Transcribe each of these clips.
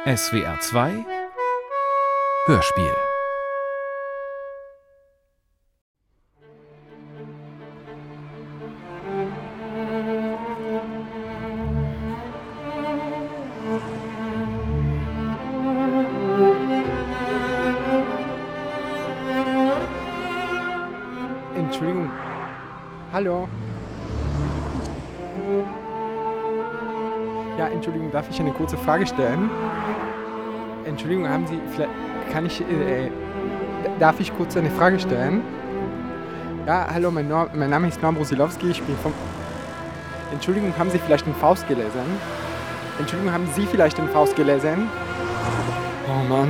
SWR 2 Hörspiel. Entschuldigung. Hallo. Ja, Entschuldigung, darf ich eine kurze Frage stellen? Entschuldigung, haben Sie vielleicht... darf ich kurz eine Frage stellen? Ja, hallo, mein Name ist Norm Brusilowski, ich bin vom... Entschuldigung, haben Sie vielleicht den Faust gelesen? Entschuldigung, haben Sie vielleicht den Faust gelesen? Oh Mann.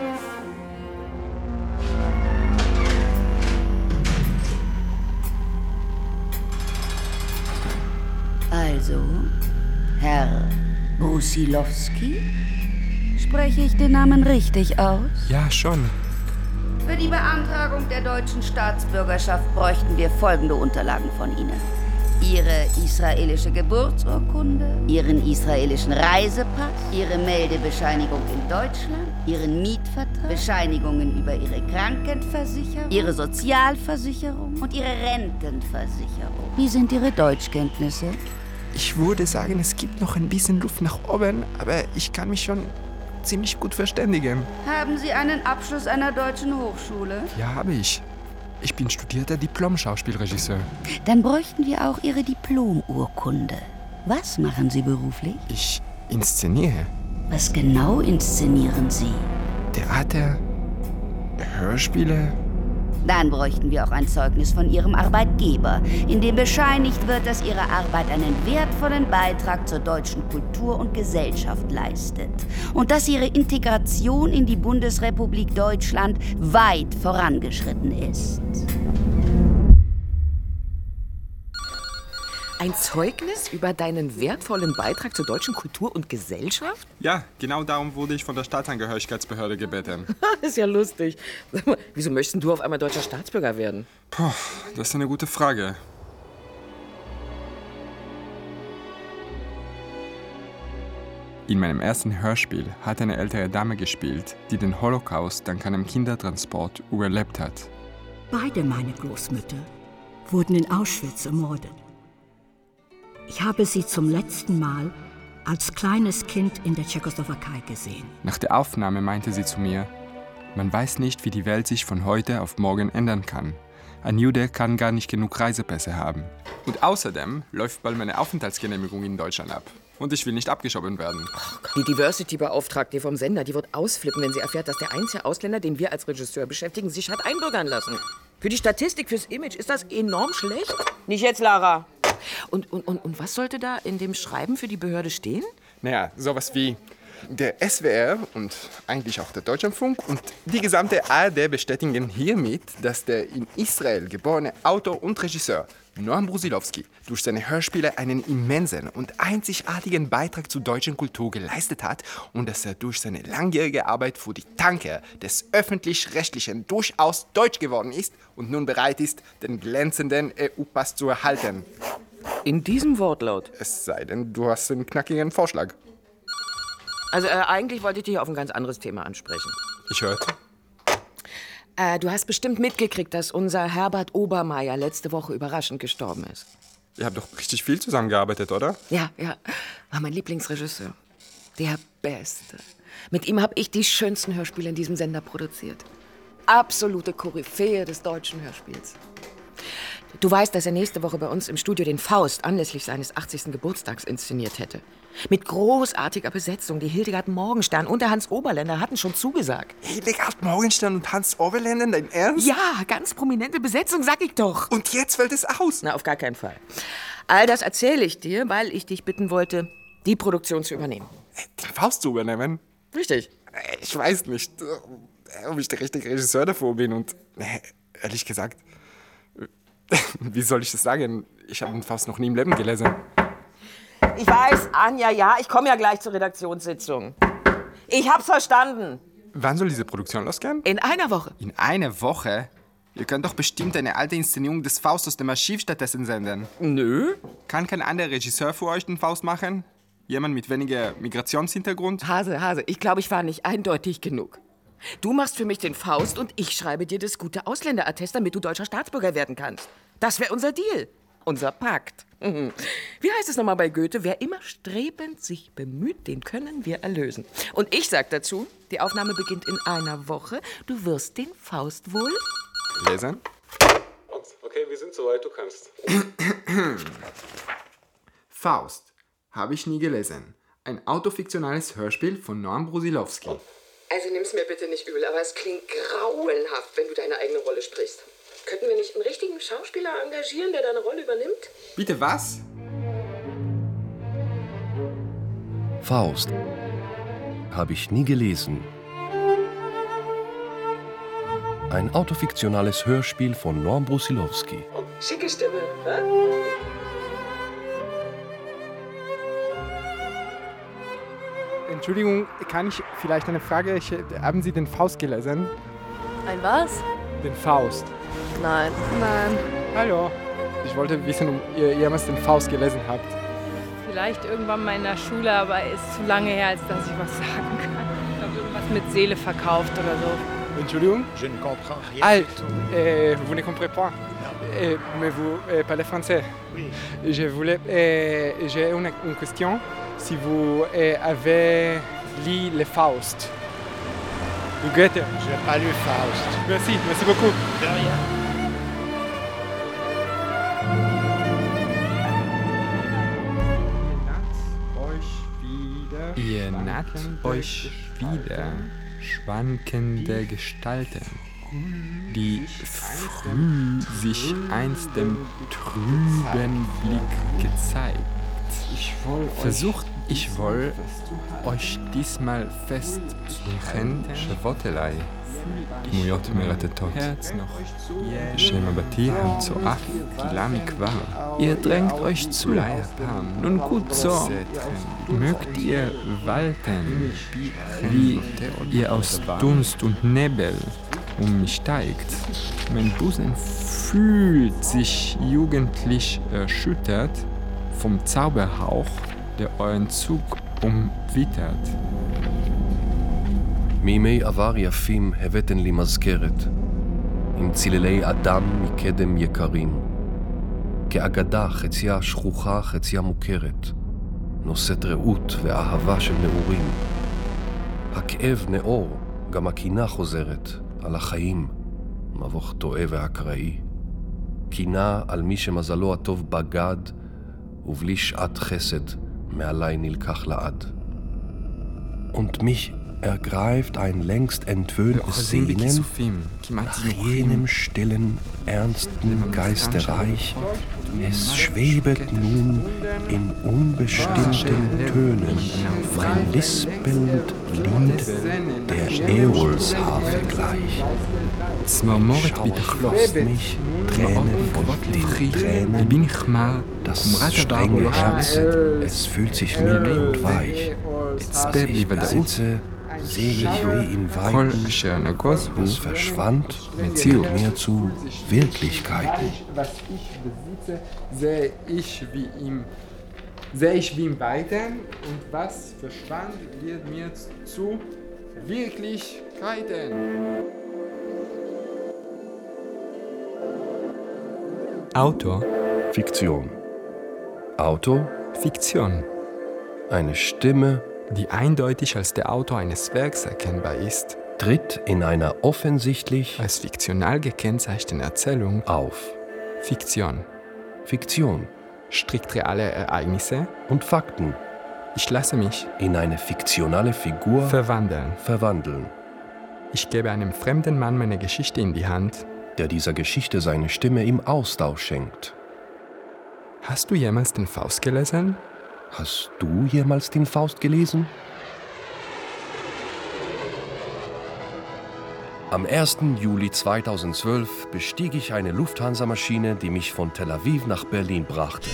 Also, Herr Brusilowski? Spreche ich den Namen richtig aus? Ja, schon. Für die Beantragung der deutschen Staatsbürgerschaft bräuchten wir folgende Unterlagen von Ihnen. Ihre israelische Geburtsurkunde, Ihren israelischen Reisepass, Ihre Meldebescheinigung in Deutschland, Ihren Mietvertrag, Bescheinigungen über Ihre Krankenversicherung, Ihre Sozialversicherung und Ihre Rentenversicherung. Wie sind Ihre Deutschkenntnisse? Ich würde sagen, es gibt noch ein bisschen Luft nach oben, aber ich kann mich schon ziemlich gut verständigen. Haben Sie einen Abschluss einer deutschen Hochschule? Ja, habe ich. Ich bin studierter Diplom-Schauspielregisseur. Dann bräuchten wir auch Ihre Diplomurkunde. Was machen Sie beruflich? Ich inszeniere. Was genau inszenieren Sie? Theater, Hörspiele. Dann bräuchten wir auch ein Zeugnis von Ihrem Arbeitgeber, in dem bescheinigt wird, dass Ihre Arbeit einen wertvollen Beitrag zur deutschen Kultur und Gesellschaft leistet und dass Ihre Integration in die Bundesrepublik Deutschland weit vorangeschritten ist. Ein Zeugnis über deinen wertvollen Beitrag zur deutschen Kultur und Gesellschaft? Ja, genau darum wurde ich von der Staatsangehörigkeitsbehörde gebeten. Das ist ja lustig. Sag mal, wieso möchtest du auf einmal deutscher Staatsbürger werden? Puh, das ist eine gute Frage. In meinem ersten Hörspiel hat eine ältere Dame gespielt, die den Holocaust dank einem Kindertransport überlebt hat. Beide meine Großmütter wurden in Auschwitz ermordet. Ich habe sie zum letzten Mal als kleines Kind in der Tschechoslowakei gesehen. Nach der Aufnahme meinte sie zu mir, man weiß nicht, wie die Welt sich von heute auf morgen ändern kann. Ein Jude kann gar nicht genug Reisepässe haben. Und außerdem läuft bald meine Aufenthaltsgenehmigung in Deutschland ab. Und ich will nicht abgeschoben werden. Die Diversity-Beauftragte vom Sender, die wird ausflippen, wenn sie erfährt, dass der einzige Ausländer, den wir als Regisseur beschäftigen, sich hat einbürgern lassen. Für die Statistik, fürs Image ist das enorm schlecht. Nicht jetzt, Lara. Und was sollte da in dem Schreiben für die Behörde stehen? Naja, sowas wie der SWR und eigentlich auch der Deutschlandfunk und die gesamte ARD bestätigen hiermit, dass der in Israel geborene Autor und Regisseur Norm Brusilowski durch seine Hörspiele einen immensen und einzigartigen Beitrag zur deutschen Kultur geleistet hat und dass er durch seine langjährige Arbeit für die Tanker des Öffentlich-Rechtlichen durchaus deutsch geworden ist und nun bereit ist, den glänzenden EU-Pass zu erhalten. In diesem Wortlaut? Es sei denn, du hast einen knackigen Vorschlag. Also eigentlich wollte ich dich auf ein ganz anderes Thema ansprechen. Ich hörte. Du hast bestimmt mitgekriegt, dass unser Herbert Obermeier letzte Woche überraschend gestorben ist. Ihr habt doch richtig viel zusammengearbeitet, oder? Ja, war mein Lieblingsregisseur. Der Beste. Mit ihm habe ich die schönsten Hörspiele in diesem Sender produziert. Absolute Koryphäe des deutschen Hörspiels. Du weißt, dass er nächste Woche bei uns im Studio den Faust anlässlich seines 80. Geburtstags inszeniert hätte. Mit großartiger Besetzung. Die Hildegard Morgenstern und der Hans Oberländer hatten schon zugesagt. Hildegard Morgenstern und Hans Oberländer, dein Ernst? Ja, ganz prominente Besetzung, sag ich doch. Und jetzt fällt es aus? Na, auf gar keinen Fall. All das erzähle ich dir, weil ich dich bitten wollte, die Produktion zu übernehmen. Den Faust zu übernehmen? Richtig. Ich weiß nicht, ob ich der richtige Regisseur davor bin und ehrlich gesagt, wie soll ich das sagen? Ich habe den Faust noch nie im Leben gelesen. Ich weiß, Anja, ja, ich komme ja gleich zur Redaktionssitzung. Ich hab's verstanden. Wann soll diese Produktion losgehen? In einer Woche. In einer Woche? Ihr könnt doch bestimmt eine alte Inszenierung des Faust aus dem Archiv stattdessen senden. Nö. Kann kein anderer Regisseur für euch den Faust machen? Jemand mit weniger Migrationshintergrund? Hase, ich glaube, ich war nicht eindeutig genug. Du machst für mich den Faust und ich schreibe dir das gute Ausländerattest, damit du deutscher Staatsbürger werden kannst. Das wäre unser Deal. Unser Pakt. Wie heißt es nochmal bei Goethe? Wer immer strebend sich bemüht, den können wir erlösen. Und ich sag dazu, die Aufnahme beginnt in einer Woche. Du wirst den Faust wohl Lesen? Okay, wir sind soweit, du kannst. Faust. Habe ich nie gelesen. Ein autofiktionales Hörspiel von Noam Brusilowski. Also nimm's mir bitte nicht übel, aber es klingt grauenhaft, wenn du deine eigene Rolle sprichst. Könnten wir nicht einen richtigen Schauspieler engagieren, der deine Rolle übernimmt? Bitte was? Faust. Habe ich nie gelesen. Ein autofiktionales Hörspiel von Noam Brusilowski. Schicke Stimme, hä? Entschuldigung, kann ich vielleicht eine Frage? Haben Sie den Faust gelesen? Ein was? Den Faust. Nein. Hallo. Ich wollte wissen, ob ihr jemals den Faust gelesen habt. Vielleicht irgendwann mal in der Schule, aber ist zu lange her, als dass ich was sagen kann. Ich glaube, irgendwas mit Seele verkauft oder so. Entschuldigung? Je ne comprends rien du tout. Vous ne comprenez pas. Mais vous parlez français. Oui. J'ai une question. Si vous avez lu le Faust. De Goethe. Je n'ai pas lu Faust. Merci beaucoup. De rien. Ihr naht euch wieder schwankende Gestalten, die früh sich einst dem trüben Blick gezeigt. Ich will euch diesmal festsuchen, Schavotelei. דמויות מרטטות. שם הבטיח צועף, גילה מכבר. Ihr drängt euch zu, nun gut so. Mögt ihr walten, wie ihr aus Dunst und Nebel mich steigt. Mein Busen fühlt sich jugendlich erschüttert vom Zauberhauch, der euren Zug umwittert. מימי עבר יפים הבאתן לי מזכרת, עם צלילי אדם מקדם יקרים. כאגדה חציה שכוחה חציה מוכרת, נושאת רעות ואהבה של נעורים. הכאב נאור, גם הקינה חוזרת, על החיים, מבוך טועה ואקראי. קינה על מי שמזלו הטוב בגד, ובלי שעת חסד מעלי נלקח לעד. Und mich ergreift ein längst entwöhntes Sehnen nach jenem stillen, ernsten Geisterreich. Es schwebet nun in unbestimmten Tönen, ein lispelnd Lied der Äolsharfe gleich. צמרמורת בתחלוף, Tränen von den Tränen, das strenge Herz, es fühlt sich mild und weich. Als ich besitze, sehe ich wie in Weiten, was verschwand, wird mir zu Wirklichkeiten. Was ich besitze, sehe ich wie im Weiten, und was verschwand, wird mir zu Wirklichkeiten. Autor. Fiktion. Autor. Fiktion. Eine Stimme, die eindeutig als der Autor eines Werks erkennbar ist, tritt in einer offensichtlich als fiktional gekennzeichneten Erzählung auf. Fiktion. Fiktion. Strikt reale Ereignisse und Fakten. Ich lasse mich in eine fiktionale Figur verwandeln. Ich gebe einem fremden Mann meine Geschichte in die Hand, der dieser Geschichte seine Stimme im Austausch schenkt. Hast du jemals den Faust gelesen? Hast du jemals den Faust gelesen? Am 1. Juli 2012 bestieg ich eine Lufthansa-Maschine, die mich von Tel Aviv nach Berlin brachte.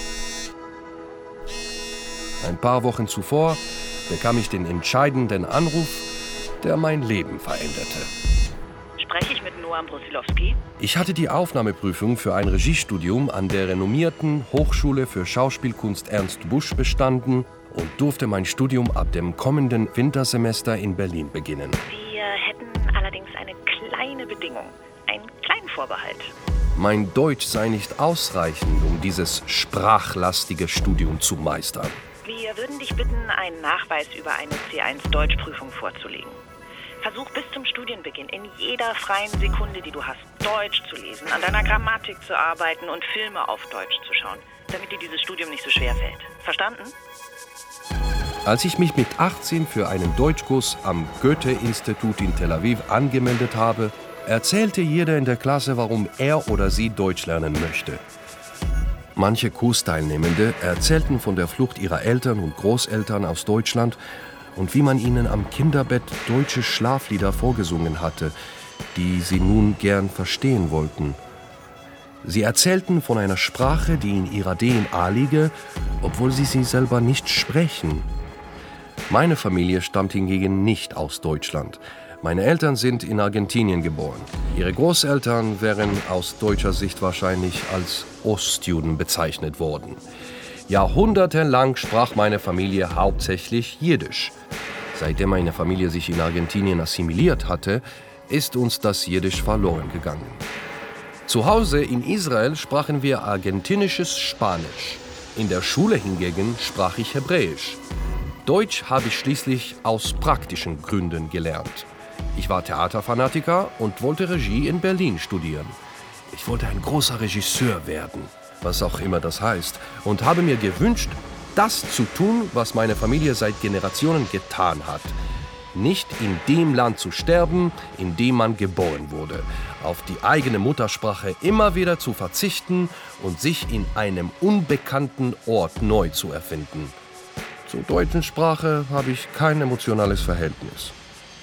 Ein paar Wochen zuvor bekam ich den entscheidenden Anruf, der mein Leben veränderte. Spreche ich mit Noam Brusilowski? Ich hatte die Aufnahmeprüfung für ein Regiestudium an der renommierten Hochschule für Schauspielkunst Ernst Busch bestanden und durfte mein Studium ab dem kommenden Wintersemester in Berlin beginnen. Wir hätten allerdings eine kleine Bedingung, einen kleinen Vorbehalt. Mein Deutsch sei nicht ausreichend, um dieses sprachlastige Studium zu meistern. Wir würden dich bitten, einen Nachweis über eine C1-Deutschprüfung vorzulegen. Versuch bis zum Studienbeginn in jeder freien Sekunde, die du hast, Deutsch zu lesen, an deiner Grammatik zu arbeiten und Filme auf Deutsch zu schauen, damit dir dieses Studium nicht so schwer fällt. Verstanden? Als ich mich mit 18 für einen Deutschkurs am Goethe-Institut in Tel Aviv angemeldet habe, erzählte jeder in der Klasse, warum er oder sie Deutsch lernen möchte. Manche Kursteilnehmende erzählten von der Flucht ihrer Eltern und Großeltern aus Deutschland und wie man ihnen am Kinderbett deutsche Schlaflieder vorgesungen hatte, die sie nun gern verstehen wollten. Sie erzählten von einer Sprache, die in ihrer DNA liege, obwohl sie selber nicht sprechen. Meine Familie stammt hingegen nicht aus Deutschland. Meine Eltern sind in Argentinien geboren. Ihre Großeltern wären aus deutscher Sicht wahrscheinlich als Ostjuden bezeichnet worden. Jahrhundertelang sprach meine Familie hauptsächlich Jiddisch. Seitdem meine Familie sich in Argentinien assimiliert hatte, ist uns das Jiddisch verloren gegangen. Zu Hause in Israel sprachen wir argentinisches Spanisch. In der Schule hingegen sprach ich Hebräisch. Deutsch habe ich schließlich aus praktischen Gründen gelernt. Ich war Theaterfanatiker und wollte Regie in Berlin studieren. Ich wollte ein großer Regisseur werden, was auch immer das heißt, und habe mir gewünscht, das zu tun, was meine Familie seit Generationen getan hat. Nicht in dem Land zu sterben, in dem man geboren wurde, auf die eigene Muttersprache immer wieder zu verzichten und sich in einem unbekannten Ort neu zu erfinden. Zur deutschen Sprache habe ich kein emotionales Verhältnis.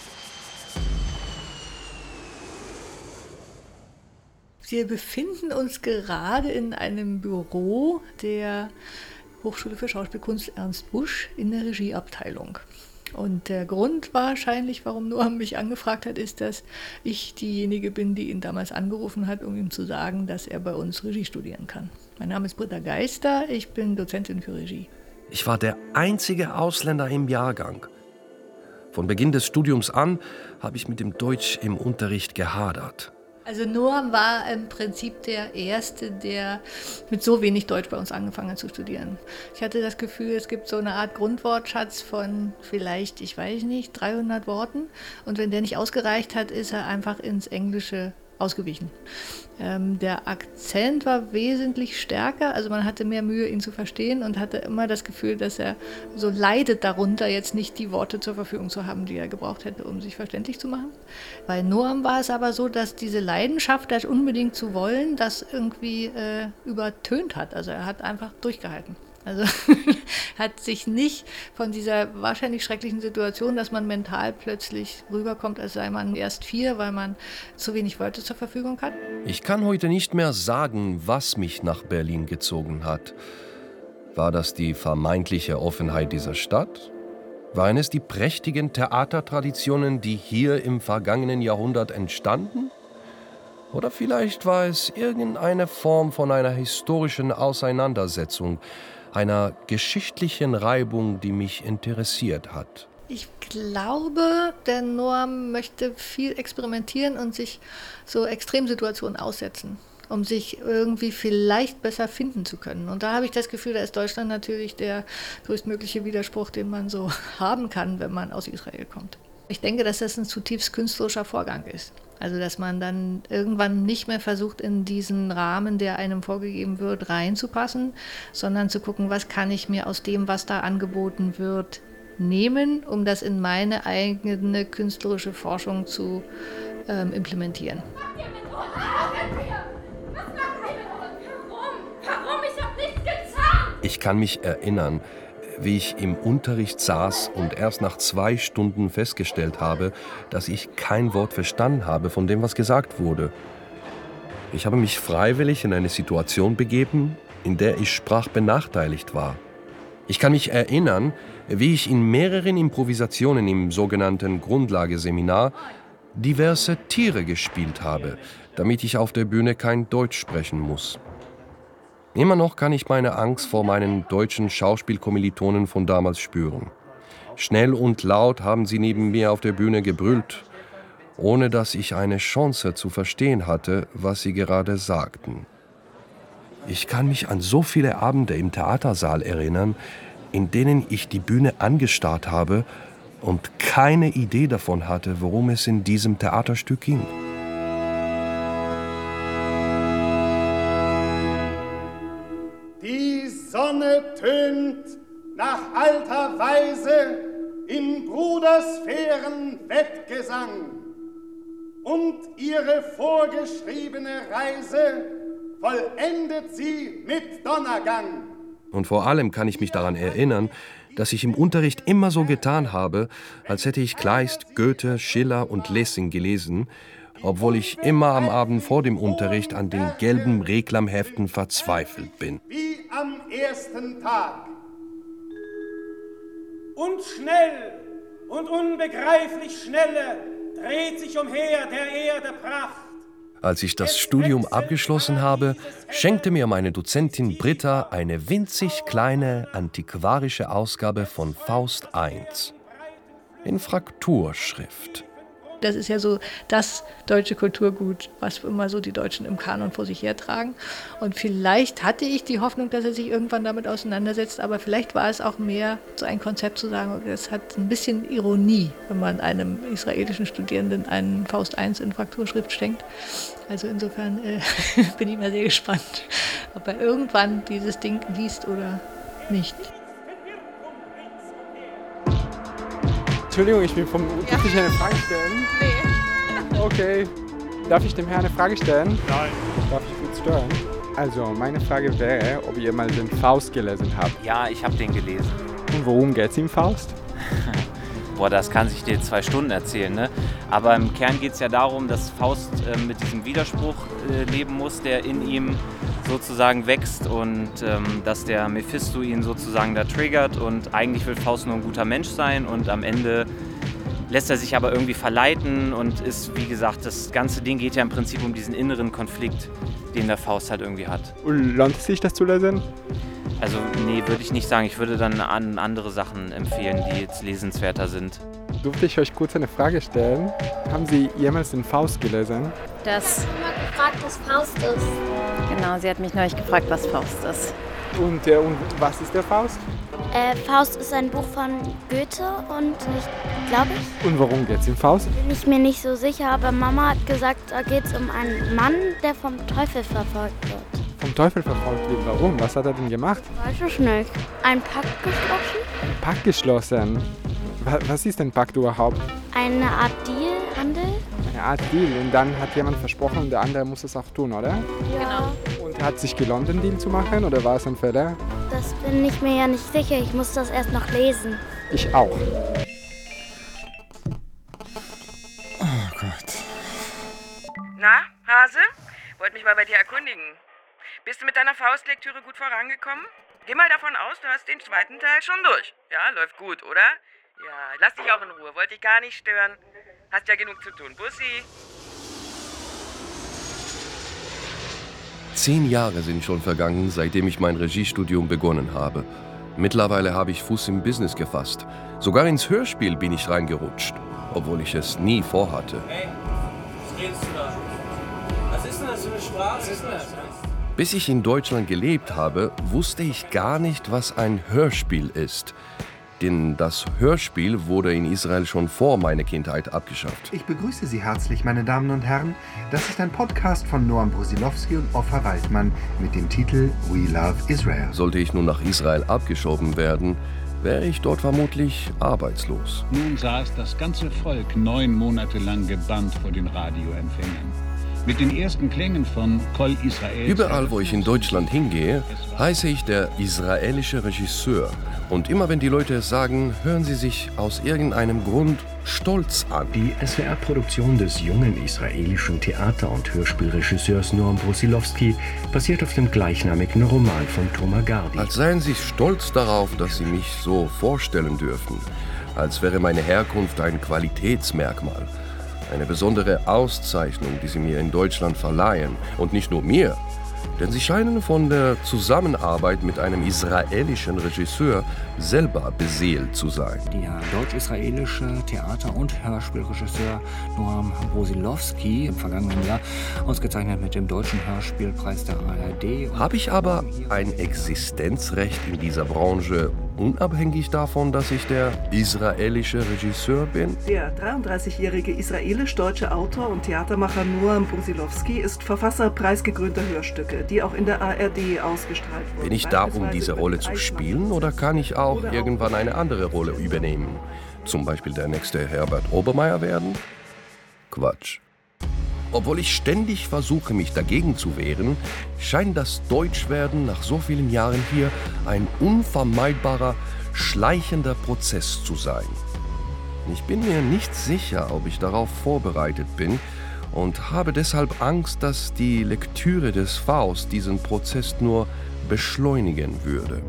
Wir befinden uns gerade in einem Büro der Hochschule für Schauspielkunst Ernst Busch in der Regieabteilung. Und der Grund wahrscheinlich, warum Noam mich angefragt hat, ist, dass ich diejenige bin, die ihn damals angerufen hat, um ihm zu sagen, dass er bei uns Regie studieren kann. Mein Name ist Britta Geister, ich bin Dozentin für Regie. Ich war der einzige Ausländer im Jahrgang. Von Beginn des Studiums an habe ich mit dem Deutsch im Unterricht gehadert. Also Noam war im Prinzip der Erste, der mit so wenig Deutsch bei uns angefangen hat zu studieren. Ich hatte das Gefühl, es gibt so eine Art Grundwortschatz von vielleicht, ich weiß nicht, 300 Worten. Und wenn der nicht ausgereicht hat, ist er einfach ins Englische ausgewichen. Der Akzent war wesentlich stärker, also man hatte mehr Mühe, ihn zu verstehen und hatte immer das Gefühl, dass er so leidet darunter, jetzt nicht die Worte zur Verfügung zu haben, die er gebraucht hätte, um sich verständlich zu machen. Bei Noam war es aber so, dass diese Leidenschaft, das unbedingt zu wollen, das irgendwie übertönt hat. Also er hat einfach durchgehalten. Also hat sich nicht von dieser wahrscheinlich schrecklichen Situation, dass man mental plötzlich rüberkommt, als sei man erst 4, weil man zu wenig Wörter zur Verfügung hat. Ich kann heute nicht mehr sagen, was mich nach Berlin gezogen hat. War das die vermeintliche Offenheit dieser Stadt? Waren es die prächtigen Theatertraditionen, die hier im vergangenen Jahrhundert entstanden? Oder vielleicht war es irgendeine Form von einer historischen Auseinandersetzung, einer geschichtlichen Reibung, die mich interessiert hat. Ich glaube, der Noam möchte viel experimentieren und sich so Extremsituationen aussetzen, um sich irgendwie vielleicht besser finden zu können. Und da habe ich das Gefühl, da ist Deutschland natürlich der größtmögliche Widerspruch, den man so haben kann, wenn man aus Israel kommt. Ich denke, dass das ein zutiefst künstlerischer Vorgang ist. Also, dass man dann irgendwann nicht mehr versucht, in diesen Rahmen, der einem vorgegeben wird, reinzupassen, sondern zu gucken, was kann ich mir aus dem, was da angeboten wird, nehmen, um das in meine eigene künstlerische Forschung zu implementieren. Warum? Ich hab nichts getan! Ich kann mich erinnern, wie ich im Unterricht saß und erst nach 2 Stunden festgestellt habe, dass ich kein Wort verstanden habe von dem, was gesagt wurde. Ich habe mich freiwillig in eine Situation begeben, in der ich sprachbenachteiligt war. Ich kann mich erinnern, wie ich in mehreren Improvisationen im sogenannten Grundlageseminar diverse Tiere gespielt habe, damit ich auf der Bühne kein Deutsch sprechen muss. Immer noch kann ich meine Angst vor meinen deutschen Schauspielkommilitonen von damals spüren. Schnell und laut haben sie neben mir auf der Bühne gebrüllt, ohne dass ich eine Chance zu verstehen hatte, was sie gerade sagten. Ich kann mich an so viele Abende im Theatersaal erinnern, in denen ich die Bühne angestarrt habe und keine Idee davon hatte, worum es in diesem Theaterstück ging. Die Sonne tönt nach alter Weise in Brudersphären Wettgesang und ihre vorgeschriebene Reise vollendet sie mit Donnergang. Und vor allem kann ich mich daran erinnern, dass ich im Unterricht immer so getan habe, als hätte ich Kleist, Goethe, Schiller und Lessing gelesen, obwohl ich immer am Abend vor dem Unterricht an den gelben Reklamheften verzweifelt bin. Wie am ersten Tag. Und schnell und unbegreiflich schnelle dreht sich umher der Erde Pracht. Als ich das Studium abgeschlossen habe, schenkte mir meine Dozentin Britta eine winzig kleine antiquarische Ausgabe von Faust I in Frakturschrift. Das ist ja so das deutsche Kulturgut, was immer so die Deutschen im Kanon vor sich hertragen. Und vielleicht hatte ich die Hoffnung, dass er sich irgendwann damit auseinandersetzt, aber vielleicht war es auch mehr so ein Konzept zu sagen, es hat ein bisschen Ironie, wenn man einem israelischen Studierenden einen Faust I in Frakturschrift schenkt. Also insofern bin ich mal sehr gespannt, ob er irgendwann dieses Ding liest oder nicht. Entschuldigung, ich bin vom... Darf ich eine Frage stellen? Nee. Okay. Darf ich dem Herrn eine Frage stellen? Nein. Darf ich kurz stören? Also, meine Frage wäre, ob ihr mal den Faust gelesen habt. Ja, ich habe den gelesen. Und worum geht's im Faust? Boah, das kann sich dir 2 Stunden erzählen, ne? Aber im Kern geht es ja darum, dass Faust mit diesem Widerspruch leben muss, der in ihm sozusagen wächst und dass der Mephisto ihn sozusagen da triggert und eigentlich will Faust nur ein guter Mensch sein und am Ende lässt er sich aber irgendwie verleiten und ist, wie gesagt, das ganze Ding geht ja im Prinzip um diesen inneren Konflikt, den der Faust halt irgendwie hat. Und lohnt es sich, das zu lesen? Also nee, würde ich nicht sagen. Ich würde dann an andere Sachen empfehlen, die jetzt lesenswerter sind. Durfte ich euch kurz eine Frage stellen? Haben Sie jemals den Faust gelesen? Das. Ich habe gefragt, was Faust ist. Genau, sie hat mich neulich gefragt, was Faust ist. Und was ist der Faust? Faust ist ein Buch von Goethe und ich glaube Und worum geht's im Faust? Bin ich mir nicht so sicher, aber Mama hat gesagt, da geht es um einen Mann, der vom Teufel verfolgt wird. Vom Teufel verfolgt wird? Warum? Was hat er denn gemacht? Weiß ich nicht. Ein Pakt geschlossen? Ein Pakt geschlossen? Was ist ein Pakt überhaupt? Eine Art Deal, Handel? Eine Art Deal. Und dann hat jemand versprochen und der andere muss es auch tun, oder? Ja. Und hat sich gelohnt, den Deal zu machen oder war es ein Fehler? Das bin ich mir ja nicht sicher. Ich muss das erst noch lesen. Ich auch. Oh Gott. Na, Hase? Wollte mich mal bei dir erkundigen. Bist du mit deiner Faustlektüre gut vorangekommen? Geh mal davon aus, du hast den 2. Teil schon durch. Ja, läuft gut, oder? Ja, lass dich auch in Ruhe. Wollte dich gar nicht stören. Hast ja genug zu tun. Bussi. 10 Jahre sind schon vergangen, seitdem ich mein Regiestudium begonnen habe. Mittlerweile habe ich Fuß im Business gefasst. Sogar ins Hörspiel bin ich reingerutscht, obwohl ich es nie vorhatte. Hey, was redest du da? Was ist denn das für eine Sprache? Was ist denn das? Bis ich in Deutschland gelebt habe, wusste ich gar nicht, was ein Hörspiel ist. Denn das Hörspiel wurde in Israel schon vor meiner Kindheit abgeschafft. Ich begrüße Sie herzlich, meine Damen und Herren. Das ist ein Podcast von Noam Brusilowski und Offa Waldmann mit dem Titel We Love Israel. Sollte ich nun nach Israel abgeschoben werden, wäre ich dort vermutlich arbeitslos. Nun saß das ganze Volk 9 Monate lang gebannt vor den Radioempfängern. Mit den ersten Klängen von Kol Israel. Überall, wo ich in Deutschland hingehe, heiße ich der israelische Regisseur. Und immer wenn die Leute es sagen, hören sie sich aus irgendeinem Grund stolz an. Die SWR-Produktion des jungen israelischen Theater- und Hörspielregisseurs Noam Brusilowski basiert auf dem gleichnamigen Roman von Thomas Gardi. Als seien sie stolz darauf, dass sie mich so vorstellen dürfen. Als wäre meine Herkunft ein Qualitätsmerkmal. Eine besondere Auszeichnung, die sie mir in Deutschland verleihen. Und nicht nur mir. Denn sie scheinen von der Zusammenarbeit mit einem israelischen Regisseur selber beseelt zu sein. Der deutsch-israelische Theater- und Hörspielregisseur Noam Brusilowski, im vergangenen Jahr ausgezeichnet mit dem Deutschen Hörspielpreis der ARD. Habe ich aber ein Existenzrecht in dieser Branche, unabhängig davon, dass ich der israelische Regisseur bin? Der 33-jährige israelisch-deutsche Autor und Theatermacher Noam Brusilowski ist Verfasser preisgekrönter Hörstücke, die auch in der ARD ausgestrahlt wurden. Bin ich da, um diese Rolle zu spielen, oder kann ich auch irgendwann eine andere Rolle übernehmen? Zum Beispiel der nächste Herbert Obermeier werden? Quatsch. Obwohl ich ständig versuche, mich dagegen zu wehren, scheint das Deutschwerden nach so vielen Jahren hier ein unvermeidbarer, schleichender Prozess zu sein. Ich bin mir nicht sicher, ob ich darauf vorbereitet bin und habe deshalb Angst, dass die Lektüre des Faust diesen Prozess nur beschleunigen würde.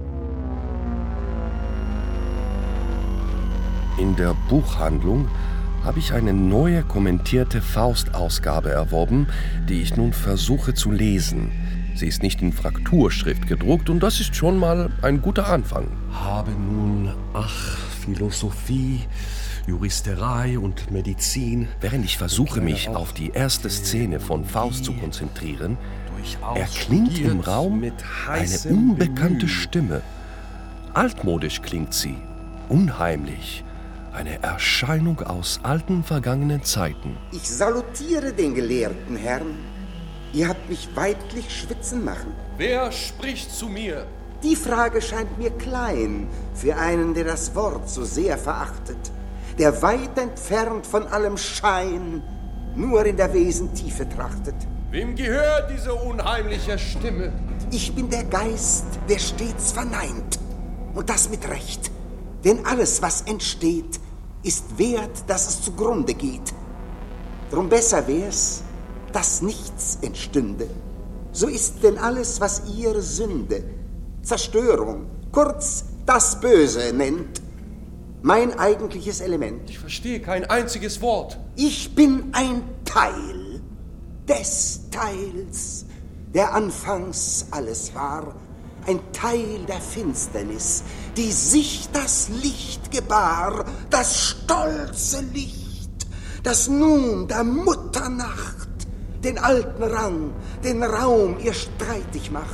In der Buchhandlung habe ich eine neue kommentierte Faust-Ausgabe erworben, die ich nun versuche zu lesen. Sie ist nicht in Frakturschrift gedruckt und das ist schon mal ein guter Anfang. Habe nun, Philosophie, Juristerei und Medizin. Während ich versuche, mich auf die erste Szene von Faust zu konzentrieren, erklingt im Raum eine unbekannte Stimme. Altmodisch klingt sie, unheimlich. Eine Erscheinung aus alten, vergangenen Zeiten. Ich salutiere den gelehrten Herrn. Ihr habt mich weidlich schwitzen machen. Wer spricht zu mir? Die Frage scheint mir klein für einen, der das Wort so sehr verachtet, der weit entfernt von allem Schein nur in der Wesentiefe trachtet. Wem gehört diese unheimliche Stimme? Ich bin der Geist, der stets verneint. Und das mit Recht. Denn alles, was entsteht, ist wert, dass es zugrunde geht. Drum besser wär's, dass nichts entstünde. So ist denn alles, was ihr Sünde, Zerstörung, kurz das Böse nennt, mein eigentliches Element. Ich verstehe kein einziges Wort. Ich bin ein Teil des Teils, der anfangs alles war. Ein Teil der Finsternis, die sich das Licht gebar, das stolze Licht, das nun der Mutternacht den alten Rang, den Raum ihr streitig macht.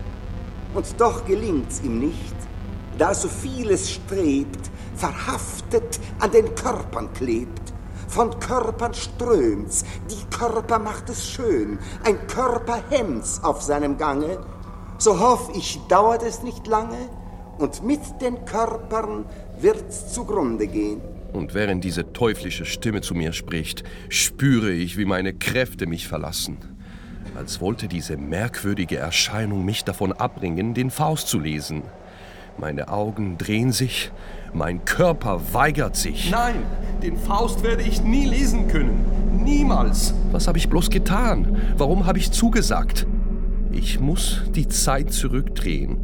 Und doch gelingt's ihm nicht, da so vieles strebt, verhaftet an den Körpern klebt. Von Körpern strömt's, die Körper macht es schön, ein Körper hemmt's auf seinem Gange. So hoff ich, dauert es nicht lange, und mit den Körpern wird's zugrunde gehen. Und während diese teuflische Stimme zu mir spricht, spüre ich, wie meine Kräfte mich verlassen. Als wollte diese merkwürdige Erscheinung mich davon abbringen, den Faust zu lesen. Meine Augen drehen sich, mein Körper weigert sich. Nein, den Faust werde ich nie lesen können. Niemals. Was habe ich bloß getan? Warum habe ich zugesagt? Ich muss die Zeit zurückdrehen.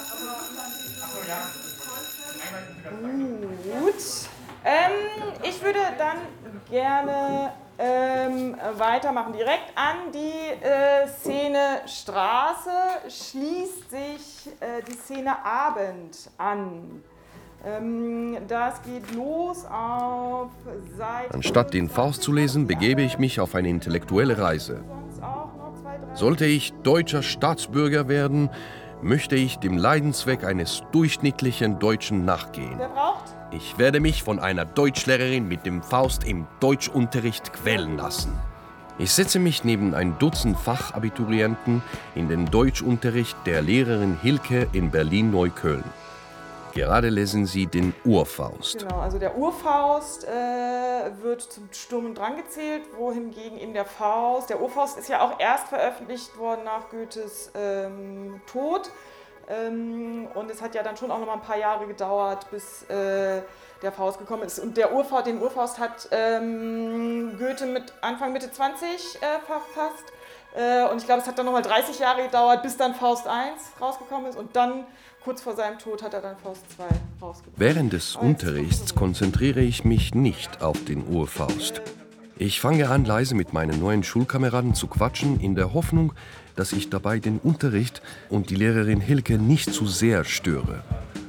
Gut. Ich würde dann gerne weitermachen. Direkt an die Szene Straße schließt sich die Szene Abend an. Das geht los auf Seite... Anstatt den Faust zu lesen, begebe ich mich auf eine intellektuelle Reise. Sollte ich deutscher Staatsbürger werden, möchte ich dem Leidensweg eines durchschnittlichen Deutschen nachgehen. Wer braucht? Ich werde mich von einer Deutschlehrerin mit dem Faust im Deutschunterricht quälen lassen. Ich setze mich neben ein Dutzend Fachabiturienten in den Deutschunterricht der Lehrerin Hilke in Berlin-Neukölln. Gerade lesen sie den Urfaust. Genau, also der Urfaust wird zum Sturm und Drang gezählt, wohingegen eben der Urfaust ist ja auch erst veröffentlicht worden nach Goethes Tod. Und es hat ja dann schon auch noch mal ein paar Jahre gedauert, bis der Faust gekommen ist. Und den Urfaust hat Goethe mit Anfang, Mitte 20 verfasst. Und ich glaube, es hat dann noch mal 30 Jahre gedauert, bis dann Faust I rausgekommen ist. Und dann, kurz vor seinem Tod, hat er dann Faust II rausgebracht. Während des Unterrichts konzentriere ich mich nicht auf den Urfaust. Ich fange an, leise mit meinen neuen Schulkameraden zu quatschen, in der Hoffnung, dass ich dabei den Unterricht und die Lehrerin Hilke nicht zu sehr störe.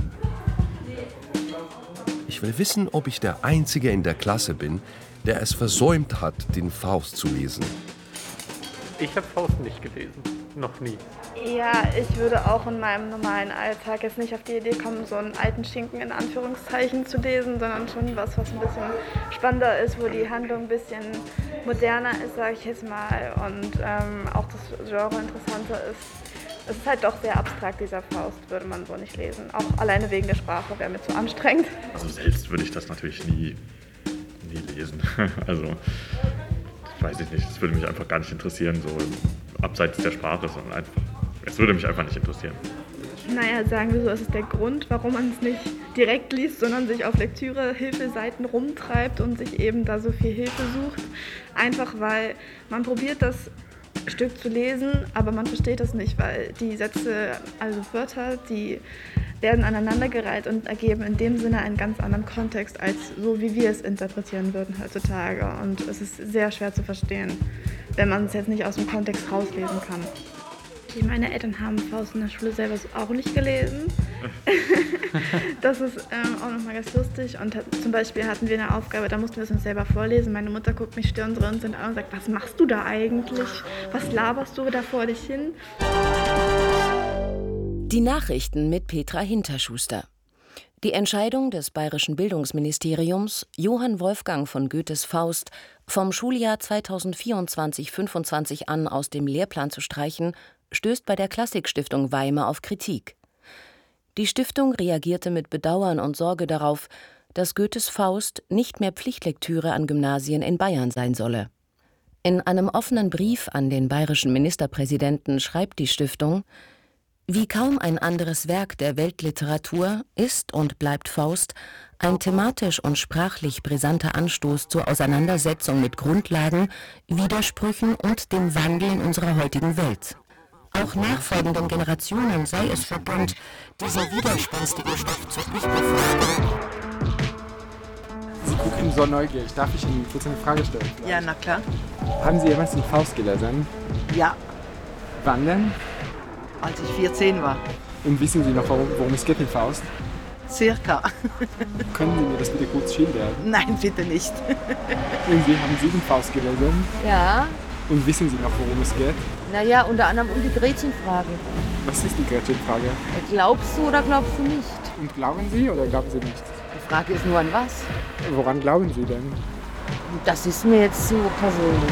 Ich will wissen, ob ich der Einzige in der Klasse bin, der es versäumt hat, den Faust zu lesen. Ich habe Faust nicht gelesen. Noch nie. Ja, ich würde auch in meinem normalen Alltag jetzt nicht auf die Idee kommen, so einen alten Schinken in Anführungszeichen zu lesen, sondern schon was ein bisschen spannender ist, wo die Handlung ein bisschen moderner ist, sage ich jetzt mal, und auch das Genre interessanter ist. Es ist halt doch sehr abstrakt, dieser Faust, würde man so nicht lesen. Auch alleine wegen der Sprache wäre mir zu anstrengend. Also selbst würde ich das natürlich nie lesen. Also, weiß ich nicht, das würde mich einfach gar nicht interessieren, so abseits der Sprache, sondern einfach, es würde mich einfach nicht interessieren. Naja, sagen wir so, es ist der Grund, warum man es nicht direkt liest, sondern sich auf Lektüre-Hilfeseiten rumtreibt und sich eben da so viel Hilfe sucht. Einfach weil man probiert, das Stück zu lesen, aber man versteht das nicht, weil die Sätze, also Wörter, die werden aneinandergereiht und ergeben in dem Sinne einen ganz anderen Kontext, als so wie wir es interpretieren würden heutzutage. Und es ist sehr schwer zu verstehen, wenn man es jetzt nicht aus dem Kontext rauslesen kann. Meine Eltern haben Faust in der Schule selber auch nicht gelesen. Das ist auch nochmal ganz lustig. Und zum Beispiel hatten wir eine Aufgabe, da mussten wir es uns selber vorlesen. Meine Mutter guckt mich stirnrunzelnd an und sagt, was machst du da eigentlich? Was laberst du da vor dich hin? Die Nachrichten mit Petra Hinterschuster. Die Entscheidung des Bayerischen Bildungsministeriums, Johann Wolfgang von Goethes Faust vom Schuljahr 2024/25 an aus dem Lehrplan zu streichen, stößt bei der Klassikstiftung Weimar auf Kritik. Die Stiftung reagierte mit Bedauern und Sorge darauf, dass Goethes Faust nicht mehr Pflichtlektüre an Gymnasien in Bayern sein solle. In einem offenen Brief an den bayerischen Ministerpräsidenten schreibt die Stiftung: Wie kaum ein anderes Werk der Weltliteratur ist und bleibt Faust ein thematisch und sprachlich brisanter Anstoß zur Auseinandersetzung mit Grundlagen, Widersprüchen und dem Wandel in unserer heutigen Welt. Auch nachfolgenden Generationen sei es vergönnt, diesen widerspenstigen Stoff zu durchbefolgen. Sie gucken so neugierig. Darf ich Ihnen kurz eine Frage stellen? Vielleicht? Ja, na klar. Haben Sie jemals den Faust gelesen? Ja. Wann denn? Als ich 14 war. Und wissen Sie noch, worum es geht in Faust? Circa. Können Sie mir das bitte kurz schildern? Nein, bitte nicht. Und Sie haben den Faust gelesen? Ja. Und wissen Sie noch, worum es geht? Naja, unter anderem um die Gretchenfrage. Was ist die Gretchenfrage? Glaubst du oder glaubst du nicht? Und glauben Sie oder glauben Sie nicht? Die Frage ist nur an was. Woran glauben Sie denn? Das ist mir jetzt zu persönlich.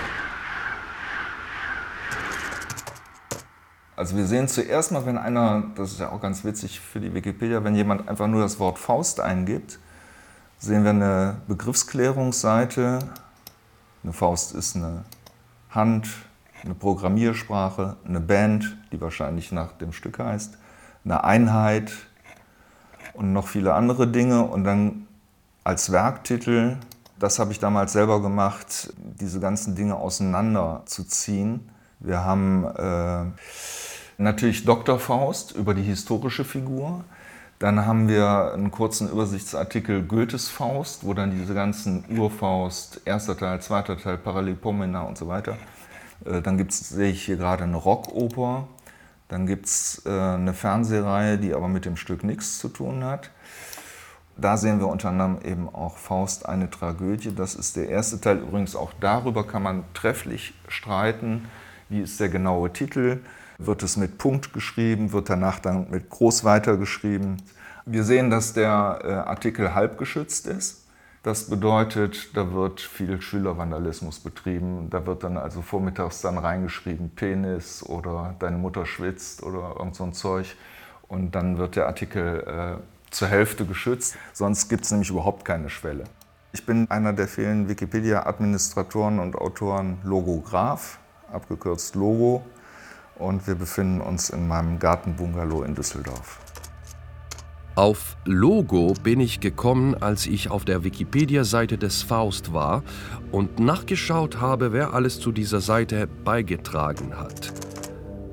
Also wir sehen zuerst mal, wenn einer, das ist ja auch ganz witzig für die Wikipedia, wenn jemand einfach nur das Wort Faust eingibt, sehen wir eine Begriffsklärungsseite. Eine Faust ist eine Hand, eine Programmiersprache, eine Band, die wahrscheinlich nach dem Stück heißt, eine Einheit und noch viele andere Dinge. Und dann als Werktitel, das habe ich damals selber gemacht, diese ganzen Dinge auseinanderzuziehen. Wir haben natürlich Dr. Faust über die historische Figur. Dann haben wir einen kurzen Übersichtsartikel Goethes Faust, wo dann diese ganzen Urfaust, erster Teil, zweiter Teil, Paralipomena und so weiter. Dann sehe ich hier gerade eine Rockoper. Dann gibt es eine Fernsehreihe, die aber mit dem Stück nichts zu tun hat. Da sehen wir unter anderem eben auch Faust, eine Tragödie. Das ist der erste Teil. Übrigens auch darüber kann man trefflich streiten. Wie ist der genaue Titel? Wird es mit Punkt geschrieben? Wird danach dann mit Groß weitergeschrieben? Wir sehen, dass der Artikel halbgeschützt ist. Das bedeutet, da wird viel Schülervandalismus betrieben. Da wird dann also vormittags dann reingeschrieben, Penis oder deine Mutter schwitzt oder irgend so ein Zeug. Und dann wird der Artikel zur Hälfte geschützt. Sonst gibt es nämlich überhaupt keine Schwelle. Ich bin einer der vielen Wikipedia-Administratoren und Autoren Logograph, abgekürzt Logo. Und wir befinden uns in meinem Gartenbungalow in Düsseldorf. Auf Logo bin ich gekommen, als ich auf der Wikipedia-Seite des Faust war und nachgeschaut habe, wer alles zu dieser Seite beigetragen hat.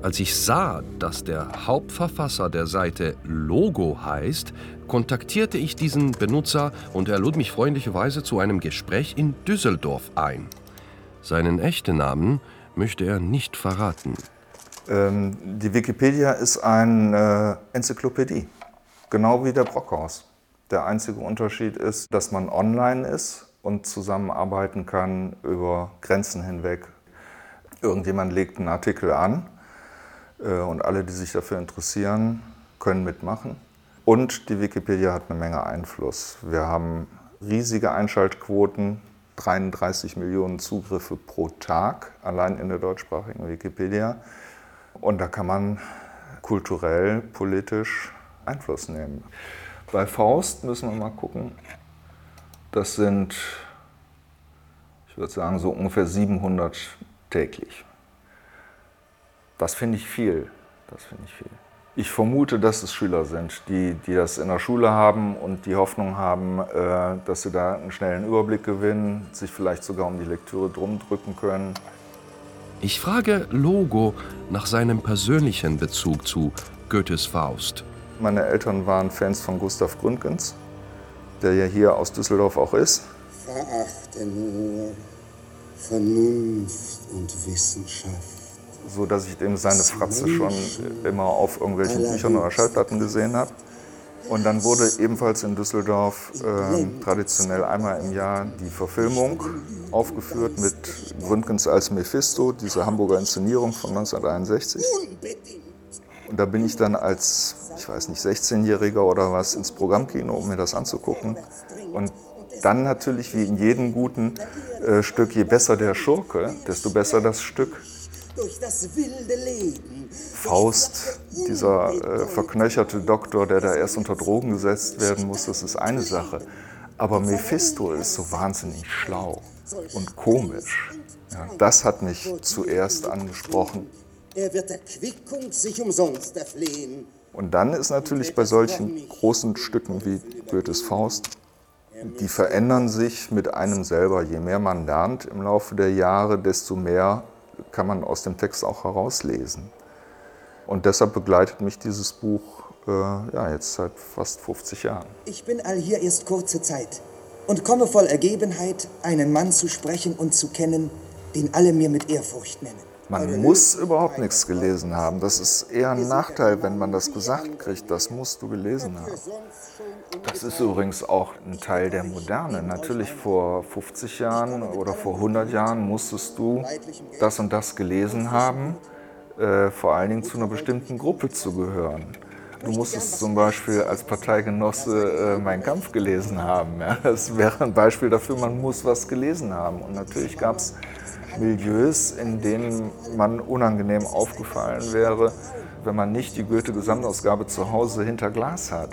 Als ich sah, dass der Hauptverfasser der Seite Logo heißt, kontaktierte ich diesen Benutzer und er lud mich freundlicherweise zu einem Gespräch in Düsseldorf ein. Seinen echten Namen möchte er nicht verraten. Die Wikipedia ist eine Enzyklopädie, genau wie der Brockhaus. Der einzige Unterschied ist, dass man online ist und zusammenarbeiten kann über Grenzen hinweg. Irgendjemand legt einen Artikel an und alle, die sich dafür interessieren, können mitmachen. Und die Wikipedia hat eine Menge Einfluss. Wir haben riesige Einschaltquoten, 33 Millionen Zugriffe pro Tag, allein in der deutschsprachigen Wikipedia. Und da kann man kulturell, politisch Einfluss nehmen. Bei Faust müssen wir mal gucken. Das sind, ich würde sagen, so ungefähr 700 täglich. Das finde ich viel. Ich vermute, dass es Schüler sind, die das in der Schule haben und die Hoffnung haben, dass sie da einen schnellen Überblick gewinnen, sich vielleicht sogar um die Lektüre drum drücken können. Ich frage Logo nach seinem persönlichen Bezug zu Goethes Faust. Meine Eltern waren Fans von Gustav Gründgens, der ja hier aus Düsseldorf auch ist. Verachte nur Vernunft und Wissenschaft. So dass ich eben seine Fratze schon immer auf irgendwelchen Büchern oder Schallplatten gesehen habe. Und dann wurde ebenfalls in Düsseldorf traditionell einmal im Jahr die Verfilmung aufgeführt mit Gründgens als Mephisto, diese Hamburger Inszenierung von 1961. Und da bin ich dann als, ich weiß nicht, 16-Jähriger oder was ins Programmkino, um mir das anzugucken. Und dann natürlich, wie in jedem guten Stück, je besser der Schurke, desto besser das Stück. Durch das wilde Leben. Faust, dieser verknöcherte Doktor, der da erst unter Drogen gesetzt werden muss, das ist eine Sache. Aber Mephisto ist so wahnsinnig schlau und komisch. Ja, das hat mich zuerst angesprochen. Er wird der Quickung sich umsonst erflehen. Und dann ist natürlich bei solchen großen Stücken wie Goethes Faust, die verändern sich mit einem selber. Je mehr man lernt im Laufe der Jahre, desto mehr kann man aus dem Text auch herauslesen. Und deshalb begleitet mich dieses Buch jetzt seit fast 50 Jahren. Ich bin allhier erst kurze Zeit und komme voll Ergebenheit, einen Mann zu sprechen und zu kennen, den alle mir mit Ehrfurcht nennen. Man muss überhaupt nichts gelesen haben. Das ist eher ein Nachteil, wenn man das gesagt kriegt. Das musst du gelesen haben. Das ist übrigens auch ein Teil der Moderne. Natürlich vor 50 Jahren oder vor 100 Jahren musstest du das und das gelesen haben, vor allen Dingen zu einer bestimmten Gruppe zu gehören. Du musstest zum Beispiel als Parteigenosse Mein Kampf gelesen haben. Ja? Das wäre ein Beispiel dafür, man muss was gelesen haben. Und natürlich gab es Milieus, in denen man unangenehm aufgefallen wäre, wenn man nicht die Goethe-Gesamtausgabe zu Hause hinter Glas hat.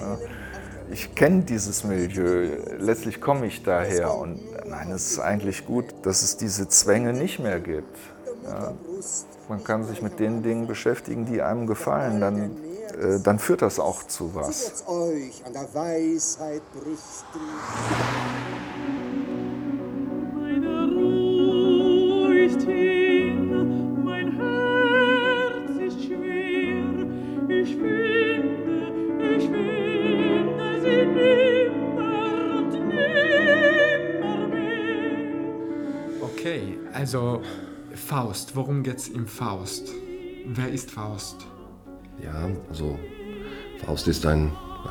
Ich kenne dieses Milieu, letztlich komme ich daher und nein, es ist eigentlich gut, dass es diese Zwänge nicht mehr gibt. Ja, man kann sich mit den Dingen beschäftigen, die einem gefallen, dann führt das auch zu was. Euch an der Weisheit brüsten. Okay, also Faust, worum geht's im Faust? Wer ist Faust? Ja, also Faust ist ein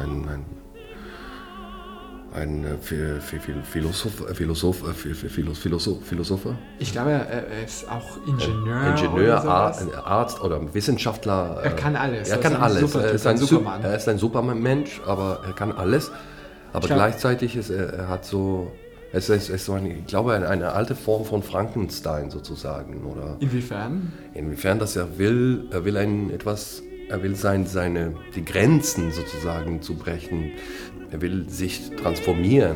Philosopher. Ich glaube, er ist auch Ingenieur. Ingenieur, Arzt oder Wissenschaftler. Er kann alles. Er kann alles. Er ist ein Supermensch, aber er kann alles. Aber gleichzeitig ist er hat so. Es ist so ich glaube, eine alte Form von Frankenstein sozusagen, oder? Inwiefern? Inwiefern, dass er will die Grenzen sozusagen zu brechen. Er will sich transformieren.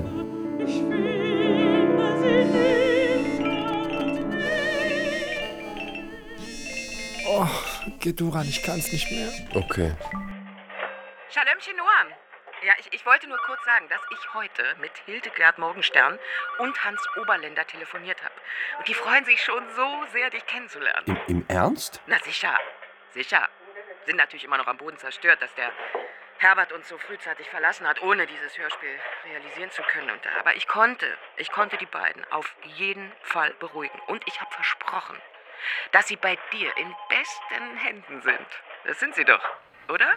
Oh, geh du ran, ich kann's nicht mehr. Okay. Schalömchen Noam. Ja, ich wollte nur kurz sagen, dass ich heute mit Hildegard Morgenstern und Hans Oberländer telefoniert habe. Und die freuen sich schon so sehr, dich kennenzulernen. Im Ernst? Na sicher. Sicher. Sind natürlich immer noch am Boden zerstört, dass der Herbert uns so frühzeitig verlassen hat, ohne dieses Hörspiel realisieren zu können. Aber ich konnte die beiden auf jeden Fall beruhigen. Und ich habe versprochen, dass sie bei dir in besten Händen sind. Das sind sie doch, oder?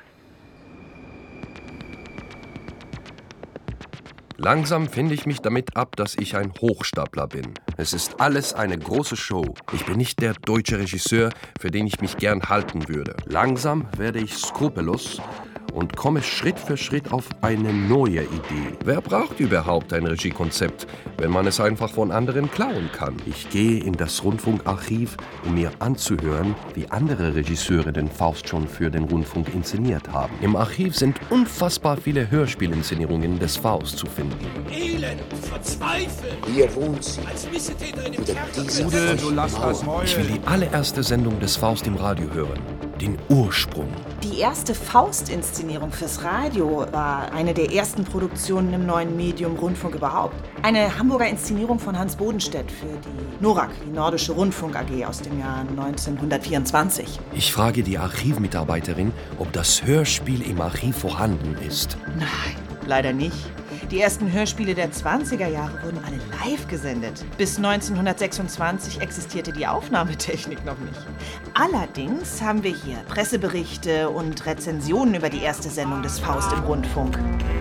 Langsam finde ich mich damit ab, dass ich ein Hochstapler bin. Es ist alles eine große Show. Ich bin nicht der deutsche Regisseur, für den ich mich gern halten würde. Langsam werde ich skrupellos und komme Schritt für Schritt auf eine neue Idee. Wer braucht überhaupt ein Regiekonzept, wenn man es einfach von anderen klauen kann? Ich gehe in das Rundfunkarchiv, um mir anzuhören, wie andere Regisseure den Faust schon für den Rundfunk inszeniert haben. Im Archiv sind unfassbar viele Hörspielinszenierungen des Faust zu finden. Elend, verzweifelt. Hier wohnt sie. Als Missetäterin im Bruder, du lass das Maul. Ich will die allererste Sendung des Faust im Radio hören. Den Ursprung. Die erste Faust-Inszenierung fürs Radio war eine der ersten Produktionen im neuen Medium Rundfunk überhaupt. Eine Hamburger Inszenierung von Hans Bodenstedt für die NORAG, die Nordische Rundfunk AG aus dem Jahr 1924. Ich frage die Archivmitarbeiterin, ob das Hörspiel im Archiv vorhanden ist. Nein, leider nicht. Die ersten Hörspiele der 20er Jahre wurden alle live gesendet. Bis 1926 existierte die Aufnahmetechnik noch nicht. Allerdings haben wir hier Presseberichte und Rezensionen über die erste Sendung des Faust im Rundfunk.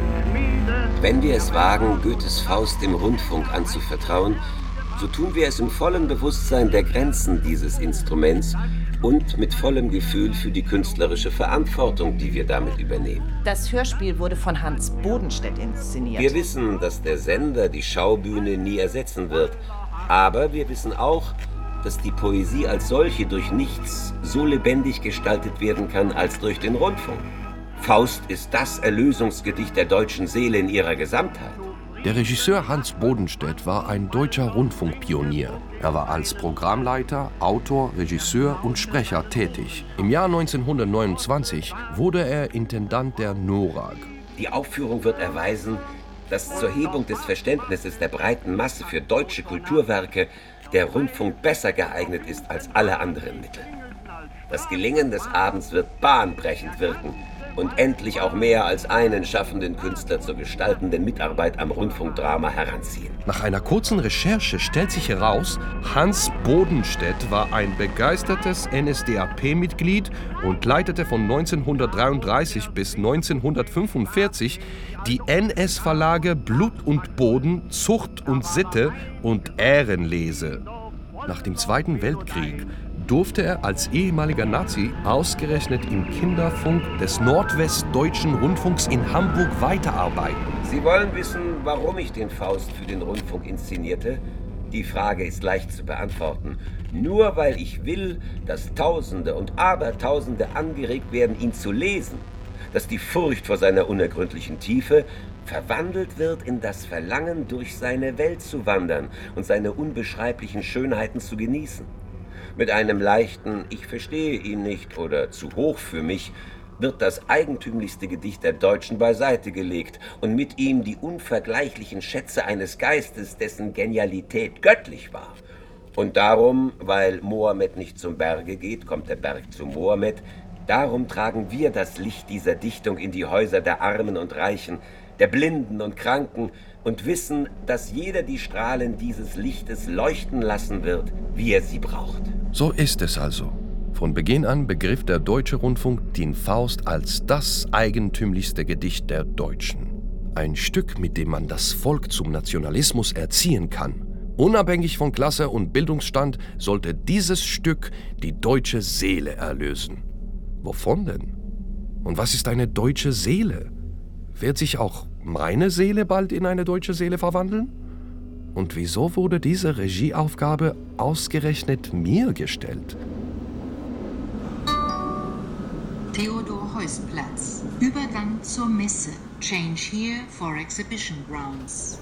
Wenn wir es wagen, Goethes Faust im Rundfunk anzuvertrauen, so tun wir es im vollen Bewusstsein der Grenzen dieses Instruments und mit vollem Gefühl für die künstlerische Verantwortung, die wir damit übernehmen. Das Hörspiel wurde von Hans Bodenstedt inszeniert. Wir wissen, dass der Sender die Schaubühne nie ersetzen wird. Aber wir wissen auch, dass die Poesie als solche durch nichts so lebendig gestaltet werden kann als durch den Rundfunk. Faust ist das Erlösungsgedicht der deutschen Seele in ihrer Gesamtheit. Der Regisseur Hans Bodenstedt war ein deutscher Rundfunkpionier. Er war als Programmleiter, Autor, Regisseur und Sprecher tätig. Im Jahr 1929 wurde er Intendant der NORAG. Die Aufführung wird erweisen, dass zur Hebung des Verständnisses der breiten Masse für deutsche Kulturwerke der Rundfunk besser geeignet ist als alle anderen Mittel. Das Gelingen des Abends wird bahnbrechend wirken und endlich auch mehr als einen schaffenden Künstler zur gestaltenden Mitarbeit am Rundfunkdrama heranziehen. Nach einer kurzen Recherche stellt sich heraus, Hans Bodenstedt war ein begeistertes NSDAP-Mitglied und leitete von 1933 bis 1945 die NS-Verlage Blut und Boden, Zucht und Sitte und Ehrenlese. Nach dem Zweiten Weltkrieg durfte er als ehemaliger Nazi ausgerechnet im Kinderfunk des Nordwestdeutschen Rundfunks in Hamburg weiterarbeiten. Sie wollen wissen, warum ich den Faust für den Rundfunk inszenierte? Die Frage ist leicht zu beantworten. Nur weil ich will, dass Tausende und Abertausende angeregt werden, ihn zu lesen. Dass die Furcht vor seiner unergründlichen Tiefe verwandelt wird in das Verlangen, durch seine Welt zu wandern und seine unbeschreiblichen Schönheiten zu genießen. Mit einem leichten „Ich verstehe ihn nicht" oder „zu hoch für mich" wird das eigentümlichste Gedicht der Deutschen beiseite gelegt und mit ihm die unvergleichlichen Schätze eines Geistes, dessen Genialität göttlich war. Und darum, weil Mohammed nicht zum Berge geht, kommt der Berg zu Mohammed, darum tragen wir das Licht dieser Dichtung in die Häuser der Armen und Reichen, der Blinden und Kranken und wissen, dass jeder die Strahlen dieses Lichtes leuchten lassen wird, wie er sie braucht. So ist es also. Von Beginn an begriff der Deutsche Rundfunk den Faust als das eigentümlichste Gedicht der Deutschen. Ein Stück, mit dem man das Volk zum Nationalismus erziehen kann. Unabhängig von Klasse und Bildungsstand sollte dieses Stück die deutsche Seele erlösen. Wovon denn? Und was ist eine deutsche Seele? Wird sich auch meine Seele bald in eine deutsche Seele verwandeln? Und wieso wurde diese Regieaufgabe ausgerechnet mir gestellt? Theodor-Heuss-Platz. Übergang zur Messe. Change here for exhibition grounds.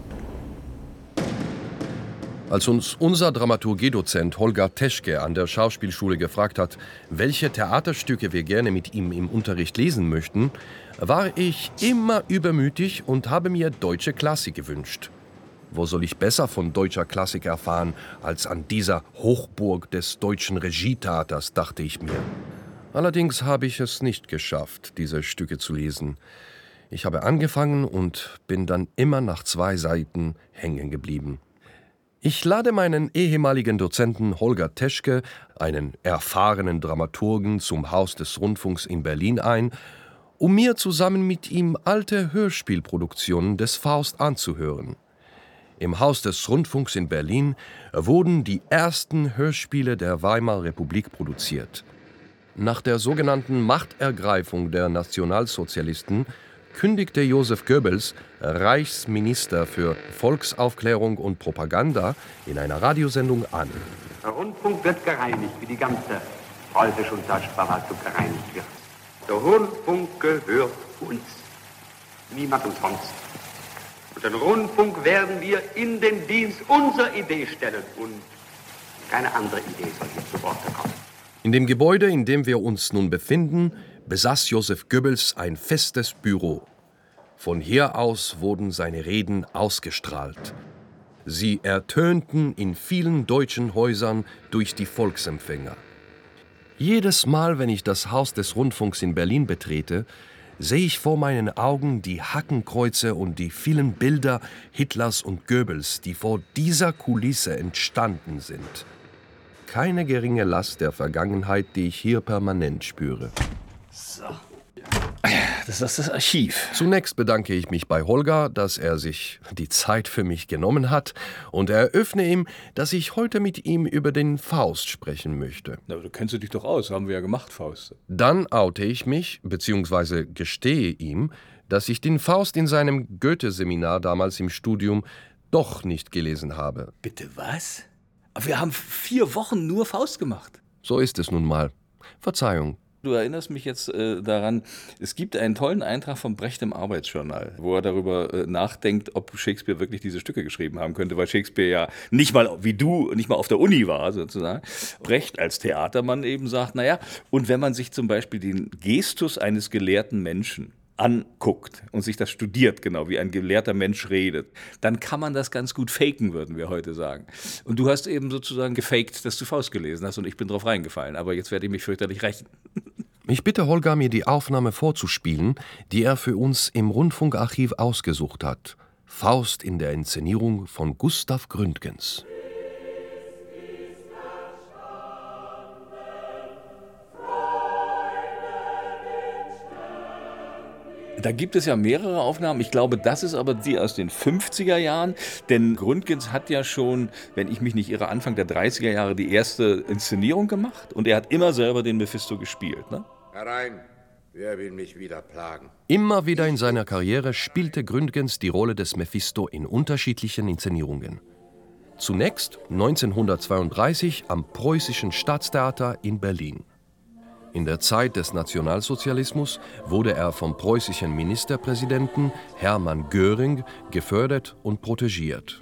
Als uns unser Dramaturgiedozent Holger Teschke an der Schauspielschule gefragt hat, welche Theaterstücke wir gerne mit ihm im Unterricht lesen möchten, war ich immer übermütig und habe mir deutsche Klassik gewünscht. Wo soll ich besser von deutscher Klassik erfahren, als an dieser Hochburg des deutschen Regietheaters, dachte ich mir. Allerdings habe ich es nicht geschafft, diese Stücke zu lesen. Ich habe angefangen und bin dann immer nach 2 Seiten hängen geblieben. Ich lade meinen ehemaligen Dozenten Holger Teschke, einen erfahrenen Dramaturgen, zum Haus des Rundfunks in Berlin ein, um mir zusammen mit ihm alte Hörspielproduktionen des Faust anzuhören. Im Haus des Rundfunks in Berlin wurden die ersten Hörspiele der Weimarer Republik produziert. Nach der sogenannten Machtergreifung der Nationalsozialisten kündigte Joseph Goebbels, Reichsminister für Volksaufklärung und Propaganda, in einer Radiosendung an. Der Rundfunk wird gereinigt, wie die ganze preußische und deutsche Verwaltung gereinigt wird. Der Rundfunk gehört uns, niemandem sonst. Und den Rundfunk werden wir in den Dienst unserer Idee stellen und keine andere Idee soll hier zu Wort kommen. In dem Gebäude, in dem wir uns nun befinden, besaß Joseph Goebbels ein festes Büro. Von hier aus wurden seine Reden ausgestrahlt. Sie ertönten in vielen deutschen Häusern durch die Volksempfänger. Jedes Mal, wenn ich das Haus des Rundfunks in Berlin betrete, sehe ich vor meinen Augen die Hakenkreuze und die vielen Bilder Hitlers und Goebbels, die vor dieser Kulisse entstanden sind. Keine geringe Last der Vergangenheit, die ich hier permanent spüre. So. Das ist das Archiv. Zunächst bedanke ich mich bei Holger, dass er sich die Zeit für mich genommen hat, und eröffne ihm, dass ich heute mit ihm über den Faust sprechen möchte. Na, du kennst dich doch aus, haben wir ja gemacht, Faust. Dann oute ich mich, beziehungsweise gestehe ihm, dass ich den Faust in seinem Goethe-Seminar damals im Studium doch nicht gelesen habe. Bitte was? Aber wir haben 4 Wochen nur Faust gemacht. So ist es nun mal. Verzeihung. Du erinnerst mich jetzt daran, es gibt einen tollen Eintrag von Brecht im Arbeitsjournal, wo er darüber nachdenkt, ob Shakespeare wirklich diese Stücke geschrieben haben könnte, weil Shakespeare ja nicht mal, wie du, nicht mal auf der Uni war, sozusagen. Brecht als Theatermann eben sagt, naja, und wenn man sich zum Beispiel den Gestus eines gelehrten Menschen anguckt und sich das studiert, genau wie ein gelehrter Mensch redet, dann kann man das ganz gut faken, würden wir heute sagen. Und du hast eben sozusagen gefaked, dass du Faust gelesen hast, und ich bin drauf reingefallen, aber jetzt werde ich mich fürchterlich rächen. Ich bitte Holger, mir die Aufnahme vorzuspielen, die er für uns im Rundfunkarchiv ausgesucht hat. Faust in der Inszenierung von Gustav Gründgens. Da gibt es ja mehrere Aufnahmen. Ich glaube, das ist aber die aus den 50er Jahren. Denn Gründgens hat ja schon, wenn ich mich nicht irre, Anfang der 30er Jahre die erste Inszenierung gemacht. Und er hat immer selber den Mephisto gespielt, ne? Herein, wer will mich wieder plagen? Immer wieder in seiner Karriere spielte Gründgens die Rolle des Mephisto in unterschiedlichen Inszenierungen. Zunächst 1932 am Preußischen Staatstheater in Berlin. In der Zeit des Nationalsozialismus wurde er vom preußischen Ministerpräsidenten Hermann Göring gefördert und protegiert.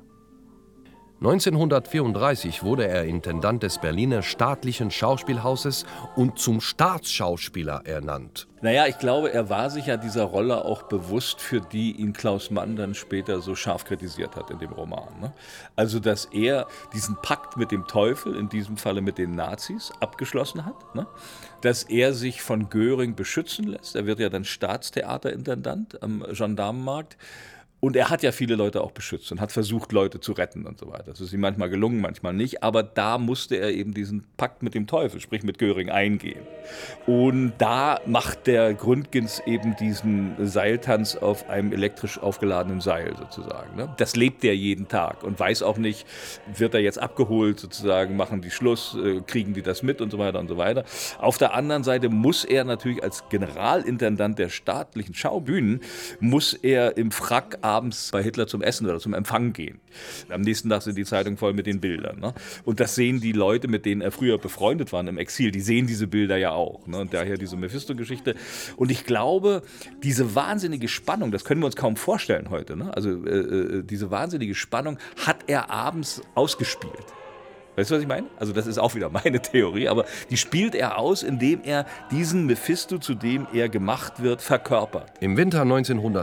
1934 wurde er Intendant des Berliner Staatlichen Schauspielhauses und zum Staatsschauspieler ernannt. Naja, ich glaube, er war sich ja dieser Rolle auch bewusst, für die ihn Klaus Mann dann später so scharf kritisiert hat in dem Roman. Ne? Also, dass er diesen Pakt mit dem Teufel, in diesem Falle mit den Nazis, abgeschlossen hat. Ne? Dass er sich von Göring beschützen lässt. Er wird ja dann Staatstheaterintendant am Gendarmenmarkt. Und er hat ja viele Leute auch beschützt und hat versucht, Leute zu retten und so weiter. Das ist ihm manchmal gelungen, manchmal nicht. Aber da musste er eben diesen Pakt mit dem Teufel, sprich mit Göring, eingehen. Und da macht der Gründgens eben diesen Seiltanz auf einem elektrisch aufgeladenen Seil sozusagen. Ne? Das lebt er jeden Tag und weiß auch nicht, wird er jetzt abgeholt sozusagen, machen die Schluss, kriegen die das mit und so weiter und so weiter. Auf der anderen Seite muss er natürlich als Generalintendant der staatlichen Schaubühnen, muss er im Frack abends bei Hitler zum Essen oder zum Empfang gehen. Am nächsten Tag sind die Zeitungen voll mit den Bildern. Ne? Und das sehen die Leute, mit denen er früher befreundet war im Exil, die sehen diese Bilder ja auch. Ne? Und daher diese Mephisto-Geschichte. Und ich glaube, diese wahnsinnige Spannung, das können wir uns kaum vorstellen heute, ne? Also diese wahnsinnige Spannung hat er abends ausgespielt. Weißt du, was ich meine? Also das ist auch wieder meine Theorie, aber die spielt er aus, indem er diesen Mephisto, zu dem er gemacht wird, verkörpert. Im Winter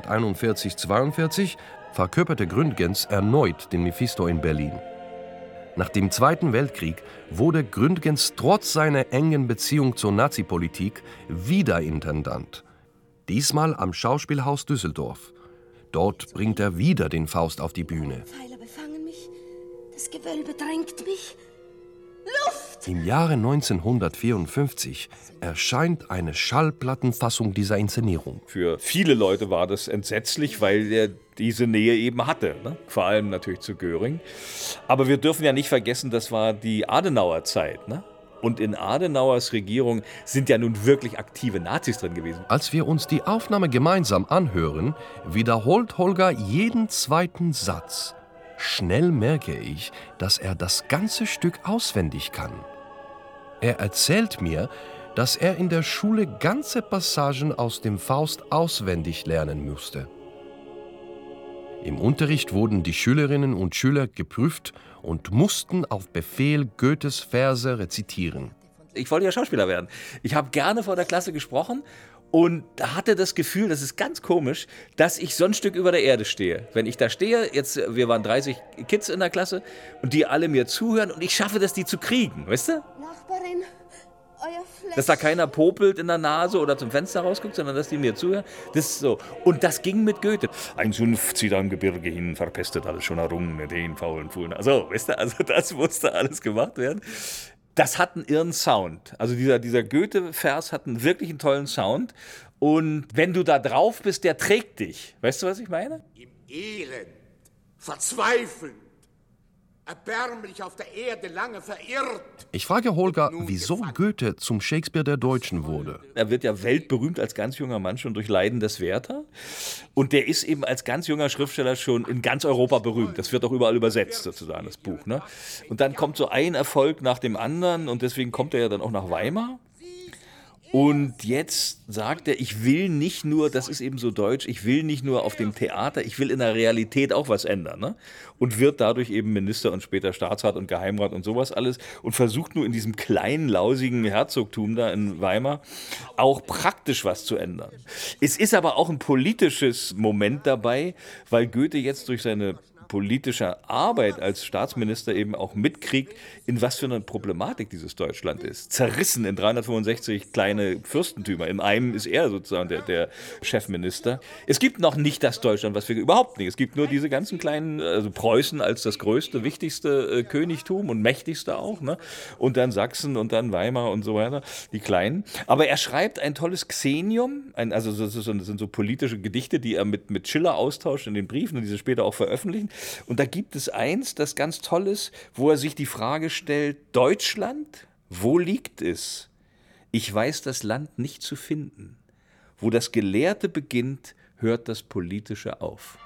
1941/42 verkörperte Gründgens erneut den Mephisto in Berlin. Nach dem Zweiten Weltkrieg wurde Gründgens trotz seiner engen Beziehung zur Nazipolitik wieder Intendant. Diesmal am Schauspielhaus Düsseldorf. Dort bringt er wieder den Faust auf die Bühne. Pfeiler befangen mich, das Gewölbe drängt mich. Luft! Im Jahre 1954 erscheint eine Schallplattenfassung dieser Inszenierung. Für viele Leute war das entsetzlich, weil er diese Nähe eben hatte, ne? Vor allem natürlich zu Göring. Aber wir dürfen ja nicht vergessen, das war die Adenauer-Zeit, ne? Und in Adenauers Regierung sind ja nun wirklich aktive Nazis drin gewesen. Als wir uns die Aufnahme gemeinsam anhören, wiederholt Holger jeden zweiten Satz. Schnell merke ich, dass er das ganze Stück auswendig kann. Er erzählt mir, dass er in der Schule ganze Passagen aus dem Faust auswendig lernen musste. Im Unterricht wurden die Schülerinnen und Schüler geprüft und mussten auf Befehl Goethes Verse rezitieren. Ich wollte ja Schauspieler werden. Ich habe gerne vor der Klasse gesprochen und hatte das Gefühl, das ist ganz komisch, dass ich so ein Stück über der Erde stehe. Wenn ich da stehe, jetzt, wir waren 30 Kids in der Klasse und die alle mir zuhören und ich schaffe das, die zu kriegen, weißt du? Nachbarin, euer Fleisch. Dass da keiner popelt in der Nase oder zum Fenster rausguckt, sondern dass die mir zuhören. Das ist so. Und das ging mit Goethe. Ein Sumpf zieht am Gebirge hin, verpestet alles schon herum, den faulen Fuhlen. Also, weißt du, also das musste alles gemacht werden. Das hat einen irren Sound. Also dieser Goethe-Vers hat einen wirklich einen tollen Sound. Und wenn du da drauf bist, der trägt dich. Weißt du, was ich meine? Im Elend, verzweifelnd, erbärmlich auf der Erde lange verirrt. Ich frage Holger, wieso Goethe zum Shakespeare der Deutschen wurde. Er wird ja weltberühmt als ganz junger Mann schon durch Leiden des Werther. Und der ist eben als ganz junger Schriftsteller schon in ganz Europa berühmt. Das wird auch überall übersetzt, sozusagen, das Buch. Ne? Und dann kommt so ein Erfolg nach dem anderen und deswegen kommt er ja dann auch nach Weimar. Und jetzt sagt er, ich will nicht nur, das ist eben so deutsch, ich will nicht nur auf dem Theater, ich will in der Realität auch was ändern. Ne? Und wird dadurch eben Minister und später Staatsrat und Geheimrat und sowas alles und versucht nur in diesem kleinen, lausigen Herzogtum da in Weimar auch praktisch was zu ändern. Es ist aber auch ein politisches Moment dabei, weil Goethe jetzt durch seine politischer Arbeit als Staatsminister eben auch mitkriegt, in was für eine Problematik dieses Deutschland ist. Zerrissen in 365 kleine Fürstentümer. In einem ist er sozusagen der Chefminister. Es gibt noch nicht das Deutschland, was wir überhaupt nicht. Es gibt nur diese ganzen kleinen, also Preußen als das größte, wichtigste Königtum und mächtigste auch, ne? Und dann Sachsen und dann Weimar und so weiter, die kleinen. Aber er schreibt ein tolles Xenium, das sind so politische Gedichte, die er mit Schiller austauscht in den Briefen und diese später auch veröffentlichen. Und da gibt es eins, das ganz toll ist, wo er sich die Frage stellt, Deutschland, wo liegt es? Ich weiß das Land nicht zu finden. Wo das Gelehrte beginnt, hört das Politische auf.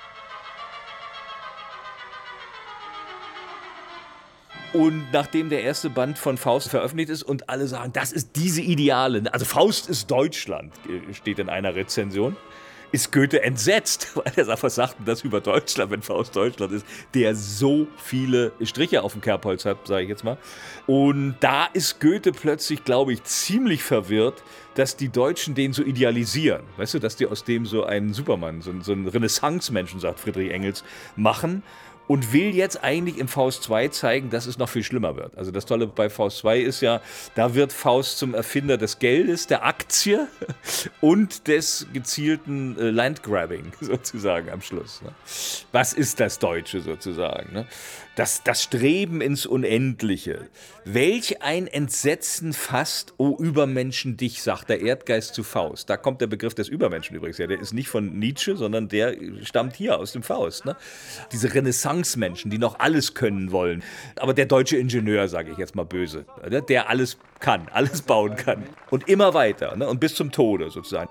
Und nachdem der erste Band von Faust veröffentlicht ist und alle sagen, das ist diese Ideale, also Faust ist Deutschland, steht in einer Rezension, ist Goethe entsetzt, weil er sagt, was sagt denn das über Deutschland, wenn Faust Deutschland ist, der so viele Striche auf dem Kerbholz hat, sage ich jetzt mal. Und da ist Goethe plötzlich, glaube ich, ziemlich verwirrt, dass die Deutschen den so idealisieren. Weißt du, dass die aus dem so einen Supermann, so einen Renaissance-Menschen, sagt Friedrich Engels, machen. Und will jetzt eigentlich im Faust 2 zeigen, dass es noch viel schlimmer wird. Also das Tolle bei Faust 2 ist ja, da wird Faust zum Erfinder des Geldes, der Aktie und des gezielten Landgrabbing sozusagen am Schluss. Ne? Was ist das Deutsche sozusagen? Ne? Das Streben ins Unendliche. Welch ein Entsetzen fasst, o Übermenschen dich, sagt der Erdgeist zu Faust. Da kommt der Begriff des Übermenschen übrigens her. Der ist nicht von Nietzsche, sondern der stammt hier aus dem Faust. Ne? Diese Renaissance-Menschen, die noch alles können wollen. Aber der deutsche Ingenieur, sage ich jetzt mal böse, der alles kann, alles bauen kann. Und immer weiter, ne? Und bis zum Tode sozusagen.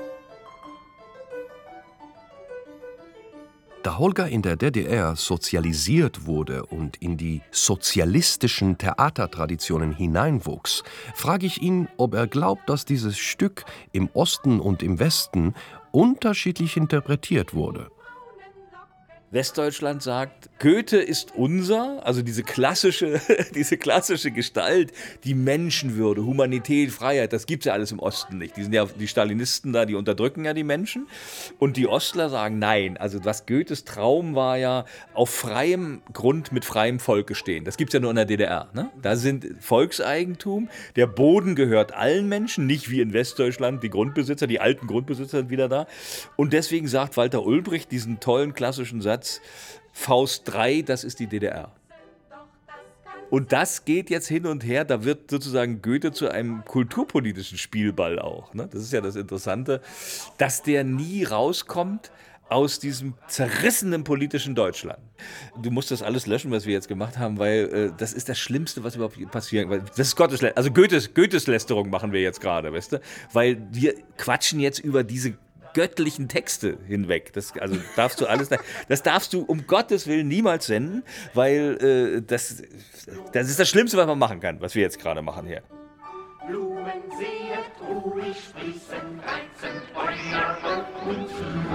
Da Holger in der DDR sozialisiert wurde und in die sozialistischen Theatertraditionen hineinwuchs, frage ich ihn, ob er glaubt, dass dieses Stück im Osten und im Westen unterschiedlich interpretiert wurde. Westdeutschland sagt, Goethe ist unser, also diese klassische Gestalt, die Menschenwürde, Humanität, Freiheit, das gibt es ja alles im Osten nicht. Die sind ja die Stalinisten da, die unterdrücken ja die Menschen. Und die Ostler sagen, nein, also was Goethes Traum war ja, auf freiem Grund mit freiem Volk stehen. Das gibt es ja nur in der DDR. Ne? Da sind Volkseigentum, der Boden gehört allen Menschen, nicht wie in Westdeutschland die Grundbesitzer, die alten Grundbesitzer sind wieder da. Und deswegen sagt Walter Ulbricht diesen tollen klassischen Satz, Faust 3, das ist die DDR. Und das geht jetzt hin und her, da wird sozusagen Goethe zu einem kulturpolitischen Spielball auch. Ne? Das ist ja das Interessante, dass der nie rauskommt aus diesem zerrissenen politischen Deutschland. Du musst das alles löschen, was wir jetzt gemacht haben, weil das ist das Schlimmste, was überhaupt passieren kann. Das ist also Goethes Lästerung machen wir jetzt gerade, weißt du? Weil wir quatschen jetzt über diese göttlichen Texte hinweg. Das darfst du um Gottes Willen niemals senden, weil das ist das Schlimmste, was man machen kann, was wir jetzt gerade machen hier. Blumen sehet ruhig sprießen, reizend Feuer und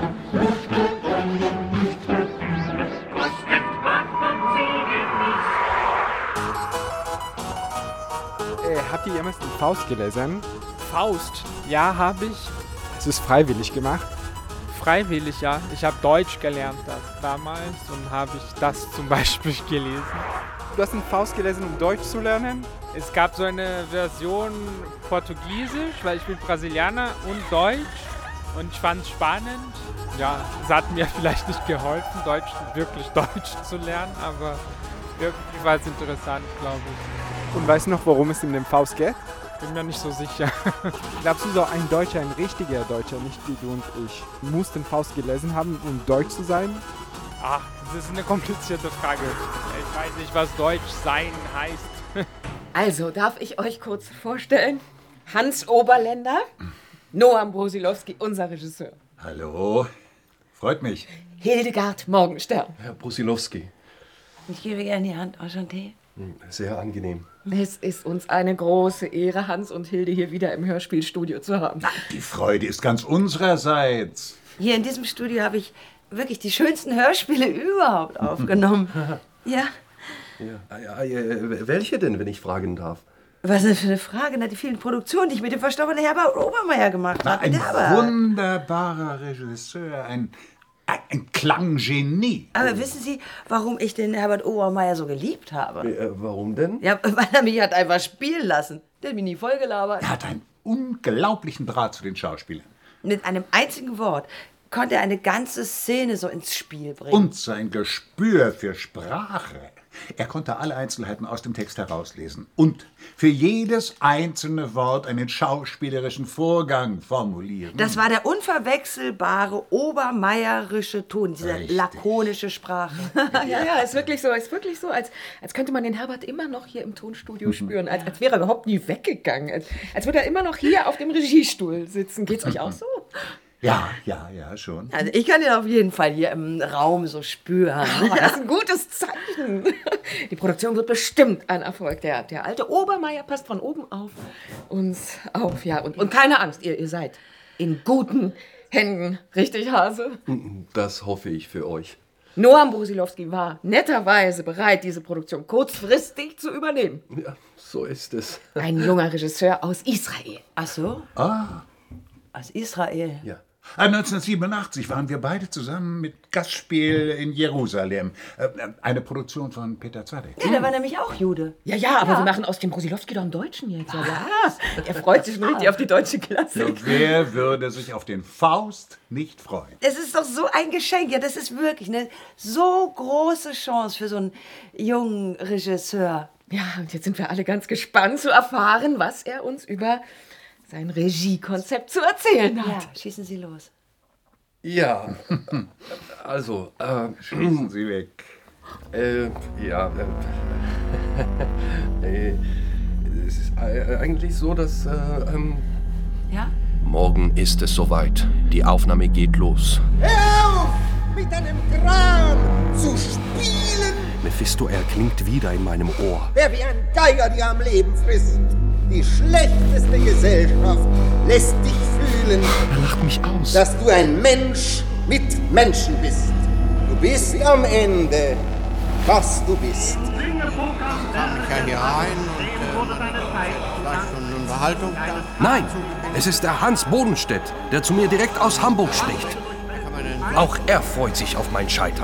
Habt ihr jemals den Faust gelesen? Faust? Ja, habe ich. Es ist freiwillig gemacht. Freiwillig, ja. Ich habe Deutsch gelernt damals und habe ich das zum Beispiel gelesen. Du hast den Faust gelesen, um Deutsch zu lernen? Es gab so eine Version Portugiesisch, weil ich bin Brasilianer, und Deutsch. Und ich fand es spannend. Ja, es hat mir vielleicht nicht geholfen, wirklich Deutsch zu lernen, aber irgendwie war es interessant, glaube ich. Und weißt du noch, worum es in dem Faust geht? Bin mir nicht so sicher. Glaubst du, so ein Deutscher, ein richtiger Deutscher, nicht wie du und ich, muss den Faust gelesen haben, um Deutsch zu sein? Ach, das ist eine komplizierte Frage. Ich weiß nicht, was Deutsch sein heißt. Also, darf ich euch kurz vorstellen? Hans Oberländer, Noam Brusilowski, unser Regisseur. Hallo, freut mich. Hildegard Morgenstern. Herr Brusilowski. Ich gebe gerne die Hand, Enchanté. Sehr angenehm. Es ist uns eine große Ehre, Hans und Hilde hier wieder im Hörspielstudio zu haben. Die Freude ist ganz unsererseits. Hier in diesem Studio habe ich wirklich die schönsten Hörspiele überhaupt aufgenommen. Ja. Welche denn, wenn ich fragen darf? Was ist denn für eine Frage? Na, die vielen Produktionen, die ich mit dem verstorbenen Herbert Obermeier gemacht habe. Ein wunderbarer Regisseur, ein Klanggenie. Aber wissen Sie, warum ich den Herbert Obermeier so geliebt habe? Warum denn? Ja, weil er mich hat einfach spielen lassen. Der hat mich nie vollgelabert. Er hat einen unglaublichen Draht zu den Schauspielern. Mit einem einzigen Wort konnte er eine ganze Szene so ins Spiel bringen. Und sein Gespür für Sprache. Er konnte alle Einzelheiten aus dem Text herauslesen und für jedes einzelne Wort einen schauspielerischen Vorgang formulieren. Das war der unverwechselbare obermeierische Ton, diese lakonische Sprache. Ja, ist wirklich so, als könnte man den Herbert immer noch hier im Tonstudio spüren, als wäre er überhaupt nie weggegangen, als würde er immer noch hier auf dem Regiestuhl sitzen. Geht's euch auch so? Ja, schon. Also ich kann ihn auf jeden Fall hier im Raum so spüren. Oh, das ist ein gutes Zeichen. Die Produktion wird bestimmt ein Erfolg. Der alte Obermeier passt von oben auf uns auf. Ja, und keine Angst, ihr seid in guten Händen. Richtig, Hase? Das hoffe ich für euch. Noam Brusilowski war netterweise bereit, diese Produktion kurzfristig zu übernehmen. Ja, so ist es. Ein junger Regisseur aus Israel. Ach so? Aus Israel? Ja. 1987 waren wir beide zusammen mit Gastspiel in Jerusalem. Eine Produktion von Peter Zadek. Ja, der war nämlich auch Jude. Ja, aber wir machen aus dem Brusilowski doch einen Deutschen jetzt. Ja. Er freut sich schon richtig auf die deutsche Klassik. Ja, wer würde sich auf den Faust nicht freuen? Es ist doch so ein Geschenk. Ja, das ist wirklich eine so große Chance für so einen jungen Regisseur. Ja, und jetzt sind wir alle ganz gespannt zu erfahren, was er uns über sein Regiekonzept zu erzählen hat. Ja, schießen Sie los. Ja, also, schießen Sie weg. Es ist eigentlich so, dass, Ja? Morgen ist es soweit. Die Aufnahme geht los. Hör auf, mit einem Kran zu spielen! Mephisto erklingt wieder in meinem Ohr. Wer wie ein Geiger dir am Leben frisst. Die schlechteste Gesellschaft lässt dich fühlen, Er lacht mich aus. dass du ein Mensch mit Menschen bist. Du bist am Ende, was du bist. Kam ich ja hier rein und vielleicht schon eine Unterhaltung da. Nein, es ist der Hans Bodenstedt, der zu mir direkt aus Hamburg spricht. Auch er freut sich auf mein Scheitern.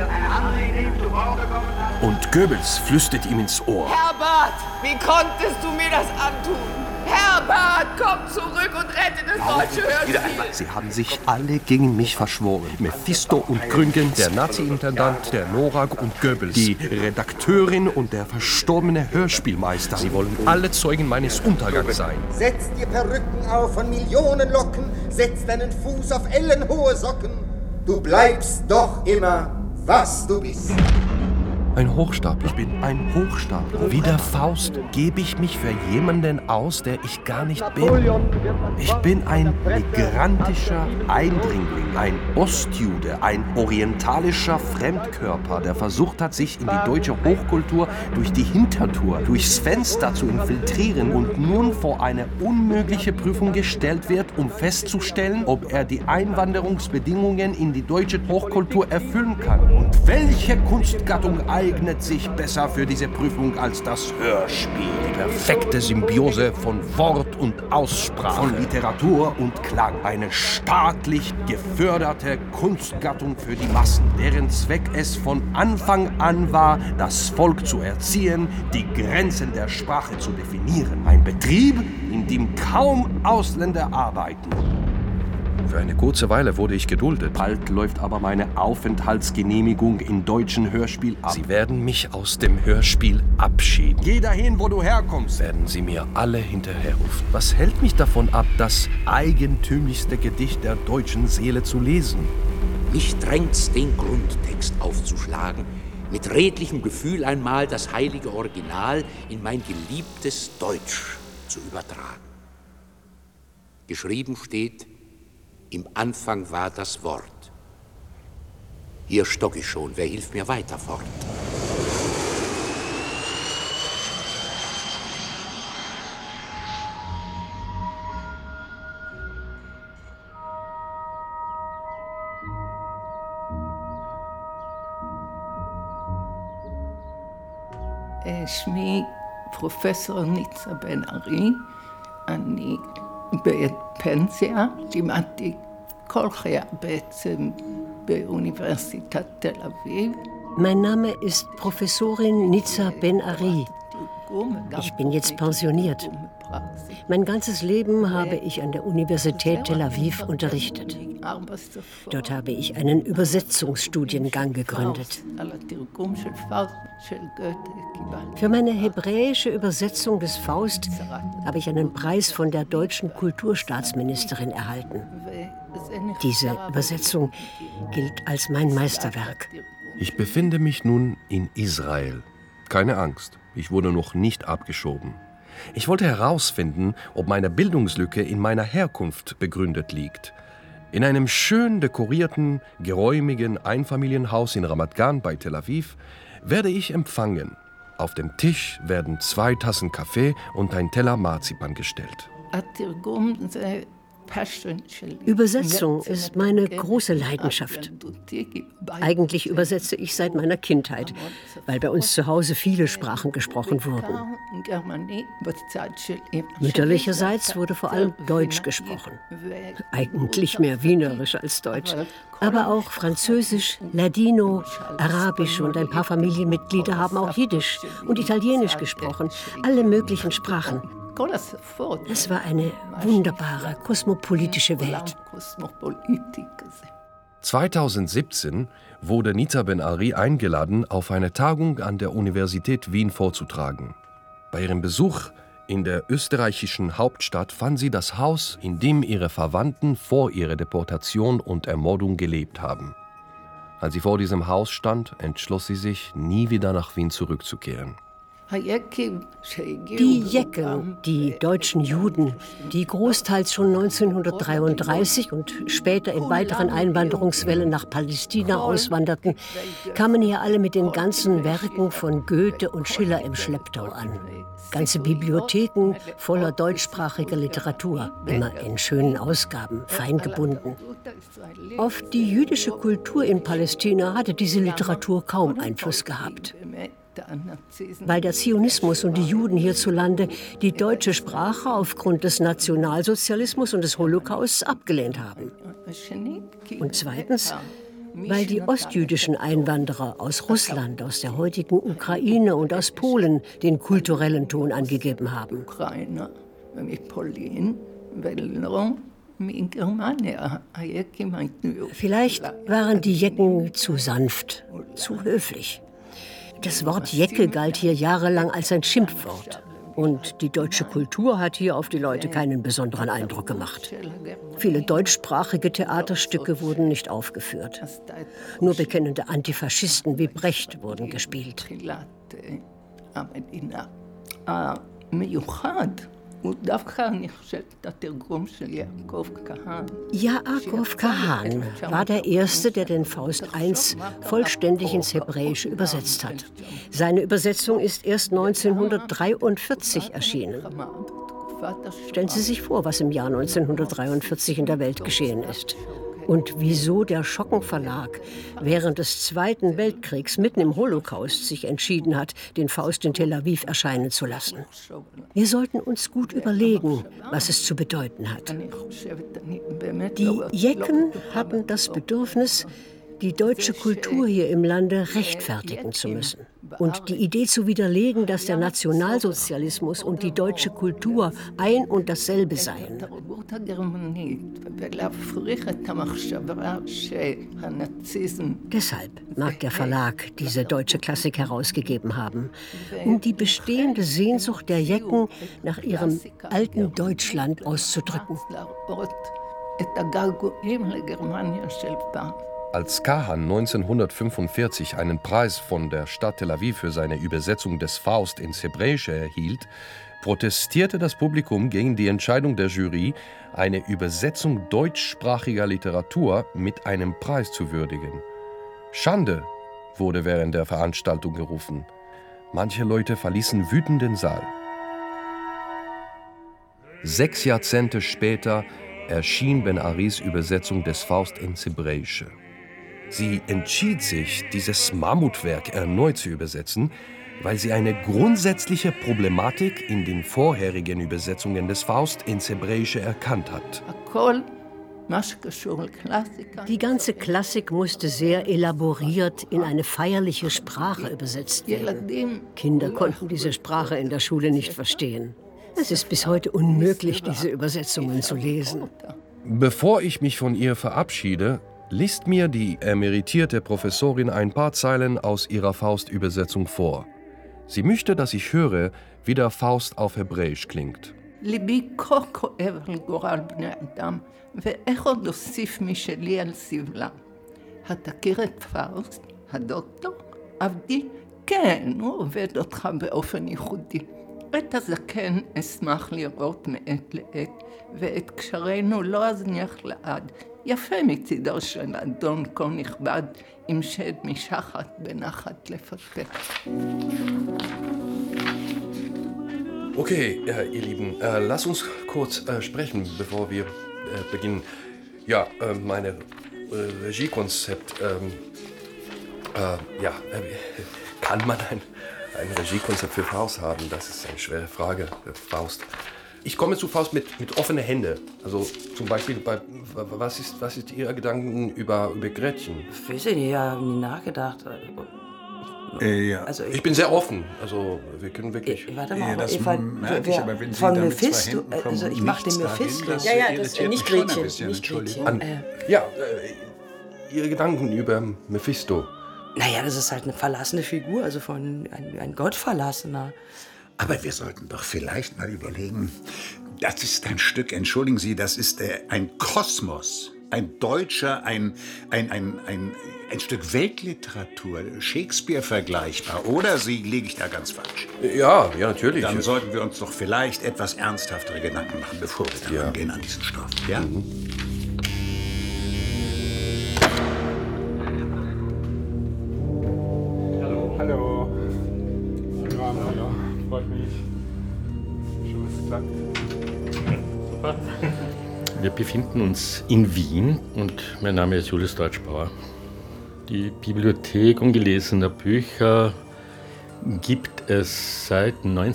Und Goebbels flüstert ihm ins Ohr. Herbert, wie konntest du mir das antun? Herbert, komm zurück und rette das deutsche Hörspiel. Sie haben sich alle gegen mich verschworen. Mephisto und Gründgens, der Nazi-Intendant, der Norak und Goebbels, die Redakteurin und der verstorbene Hörspielmeister. Sie wollen alle Zeugen meines Untergangs sein. Setz dir Perücken auf von Millionen Locken, setz deinen Fuß auf ellenhohe Socken. Du bleibst doch immer, was du bist. Ein Hochstapler. Ich bin ein Hochstapler. Wie der Faust gebe ich mich für jemanden aus, der ich gar nicht bin. Ich bin ein migrantischer Eindringling, ein Ostjude, ein orientalischer Fremdkörper, der versucht hat, sich in die deutsche Hochkultur durch die Hintertür, durchs Fenster zu infiltrieren und nun vor eine unmögliche Prüfung gestellt wird, um festzustellen, ob er die Einwanderungsbedingungen in die deutsche Hochkultur erfüllen kann. Und welche Kunstgattung eignet sich besser für diese Prüfung als das Hörspiel? Die perfekte Symbiose von Wort und Aussprache, von Literatur und Klang. Eine staatlich geförderte Kunstgattung für die Massen, deren Zweck es von Anfang an war, das Volk zu erziehen, die Grenzen der Sprache zu definieren. Ein Betrieb, in dem kaum Ausländer arbeiten. Für eine kurze Weile wurde ich geduldet. Bald läuft aber meine Aufenthaltsgenehmigung im deutschen Hörspiel ab. Sie werden mich aus dem Hörspiel abschieden. Geh dahin, wo du herkommst, werden sie mir alle hinterherrufen. Was hält mich davon ab, das eigentümlichste Gedicht der deutschen Seele zu lesen? Mich drängt's, den Grundtext aufzuschlagen, mit redlichem Gefühl einmal das heilige Original in mein geliebtes Deutsch zu übertragen. Geschrieben steht: Im Anfang war das Wort. Hier stock ich schon, wer hilft mir weiter fort? שמי פרופסור ניצה בן ארי, אני בפנסיה, לימדתי כל חיי בעצם באוניברסיטת תל אביב. Mein Name ist Professorin Niza Ben-Ari. Ich bin jetzt pensioniert. Mein ganzes Leben habe ich an der Universität Tel Aviv unterrichtet. Dort habe ich einen Übersetzungsstudiengang gegründet. Für meine hebräische Übersetzung des Faust habe ich einen Preis von der deutschen Kulturstaatsministerin erhalten. Diese Übersetzung gilt als mein Meisterwerk. Ich befinde mich nun in Israel. Keine Angst, ich wurde noch nicht abgeschoben. Ich wollte herausfinden, ob meine Bildungslücke in meiner Herkunft begründet liegt. In einem schön dekorierten, geräumigen Einfamilienhaus in Ramat Gan bei Tel Aviv werde ich empfangen. Auf dem Tisch werden 2 Tassen Kaffee und ein Teller Marzipan gestellt. Übersetzung ist meine große Leidenschaft. Eigentlich übersetze ich seit meiner Kindheit, weil bei uns zu Hause viele Sprachen gesprochen wurden. Mütterlicherseits wurde vor allem Deutsch gesprochen. Eigentlich mehr Wienerisch als Deutsch. Aber auch Französisch, Ladino, Arabisch und ein paar Familienmitglieder haben auch Jiddisch und Italienisch gesprochen. Alle möglichen Sprachen. Es war eine wunderbare, kosmopolitische Welt. 2017 wurde Niza Ben-Ari eingeladen, auf eine Tagung an der Universität Wien vorzutragen. Bei ihrem Besuch in der österreichischen Hauptstadt fand sie das Haus, in dem ihre Verwandten vor ihrer Deportation und Ermordung gelebt haben. Als sie vor diesem Haus stand, entschloss sie sich, nie wieder nach Wien zurückzukehren. Die Jecken, die deutschen Juden, die großteils schon 1933 und später in weiteren Einwanderungswellen nach Palästina auswanderten, kamen hier alle mit den ganzen Werken von Goethe und Schiller im Schlepptau an. Ganze Bibliotheken voller deutschsprachiger Literatur, immer in schönen Ausgaben, fein gebunden. Auf die jüdische Kultur in Palästina hatte diese Literatur kaum Einfluss gehabt, weil der Zionismus und die Juden hierzulande die deutsche Sprache aufgrund des Nationalsozialismus und des Holocausts abgelehnt haben. Und zweitens, weil die ostjüdischen Einwanderer aus Russland, aus der heutigen Ukraine und aus Polen den kulturellen Ton angegeben haben. Vielleicht waren die Jecken zu sanft, zu höflich. Das Wort Jecke galt hier jahrelang als ein Schimpfwort. Und die deutsche Kultur hat hier auf die Leute keinen besonderen Eindruck gemacht. Viele deutschsprachige Theaterstücke wurden nicht aufgeführt. Nur bekennende Antifaschisten wie Brecht wurden gespielt. Yaakov Kahan war der Erste, der den Faust I vollständig ins Hebräische übersetzt hat. Seine Übersetzung ist erst 1943 erschienen. Stellen Sie sich vor, was im Jahr 1943 in der Welt geschehen ist. Und wieso der Schocken Verlag während des Zweiten Weltkriegs mitten im Holocaust sich entschieden hat, den Faust in Tel Aviv erscheinen zu lassen. Wir sollten uns gut überlegen, was es zu bedeuten hat. Die Jecken hatten das Bedürfnis, die deutsche Kultur hier im Lande rechtfertigen zu müssen. Und die Idee zu widerlegen, dass der Nationalsozialismus und die deutsche Kultur ein und dasselbe seien. Deshalb mag der Verlag diese deutsche Klassik herausgegeben haben, um die bestehende Sehnsucht der Jecken nach ihrem alten Deutschland auszudrücken. Als Kahan 1945 einen Preis von der Stadt Tel Aviv für seine Übersetzung des Faust ins Hebräische erhielt, protestierte das Publikum gegen die Entscheidung der Jury, eine Übersetzung deutschsprachiger Literatur mit einem Preis zu würdigen. Schande, wurde während der Veranstaltung gerufen. Manche Leute verließen wütend den Saal. 6 Jahrzehnte später erschien Ben-Aris Übersetzung des Faust ins Hebräische. Sie entschied sich, dieses Mammutwerk erneut zu übersetzen, weil sie eine grundsätzliche Problematik in den vorherigen Übersetzungen des Faust ins Hebräische erkannt hat. Die ganze Klassik musste sehr elaboriert in eine feierliche Sprache übersetzt werden. Kinder konnten diese Sprache in der Schule nicht verstehen. Es ist bis heute unmöglich, diese Übersetzungen zu lesen. Bevor ich mich von ihr verabschiede, liest mir die emeritierte Professorin ein paar Zeilen aus ihrer Faust-Übersetzung vor. Sie möchte, dass ich höre, wie der Faust auf Hebräisch klingt. ליבי כה כואב על גורל בני אדם, ואיך עוד אוסיף משלי על סבלה. התכיר את פאוסט, הדוקטור? עבדי? כן, הוא עובד אותך באופן ייחודי. את הזקן אשמח לראות מעת לעת, ואת קשרינו לא אזניח לעד. יפה מצידו של אדון כה נכבד, עם שד משחת בנחת לפטפט. Okay, ihr Lieben, lasst uns kurz sprechen, bevor wir beginnen. Ja, meine Regiekonzept. Kann man ein Regiekonzept für Faust haben? Das ist eine schwere Frage, Faust. Ich komme zu Faust mit offenen Händen. Also zum Beispiel, was ist Ihr Gedanken über Gretchen? Ich weiß nicht, ich habe nie nachgedacht. Ja. Also ich bin sehr offen. Also wir können wirklich. Warte mal, das merke ich, aber wenn Sie da mit zwei Händen kommen, also ich mache den Mephisto. Ja, das nicht Gretchen, nicht Gretchen. Ihre Gedanken über Mephisto. Naja, das ist halt eine verlassene Figur, also von ein Gottverlassener. Aber wir sollten doch vielleicht mal überlegen, das ist ein Stück, entschuldigen Sie, das ist ein Kosmos. Ein Deutscher, ein Stück Weltliteratur, Shakespeare vergleichbar. Oder liege ich da ganz falsch? Ja, natürlich. Dann sollten wir uns doch vielleicht etwas ernsthaftere Gedanken machen, bevor wir daran gehen an diesen Stoff. Ja? Hallo. Hallo. Freut mich. Schön, dass es klappt. Super. Wir befinden uns in Wien und mein Name ist Julius Deutschbauer. Die Bibliothek ungelesener Bücher gibt es seit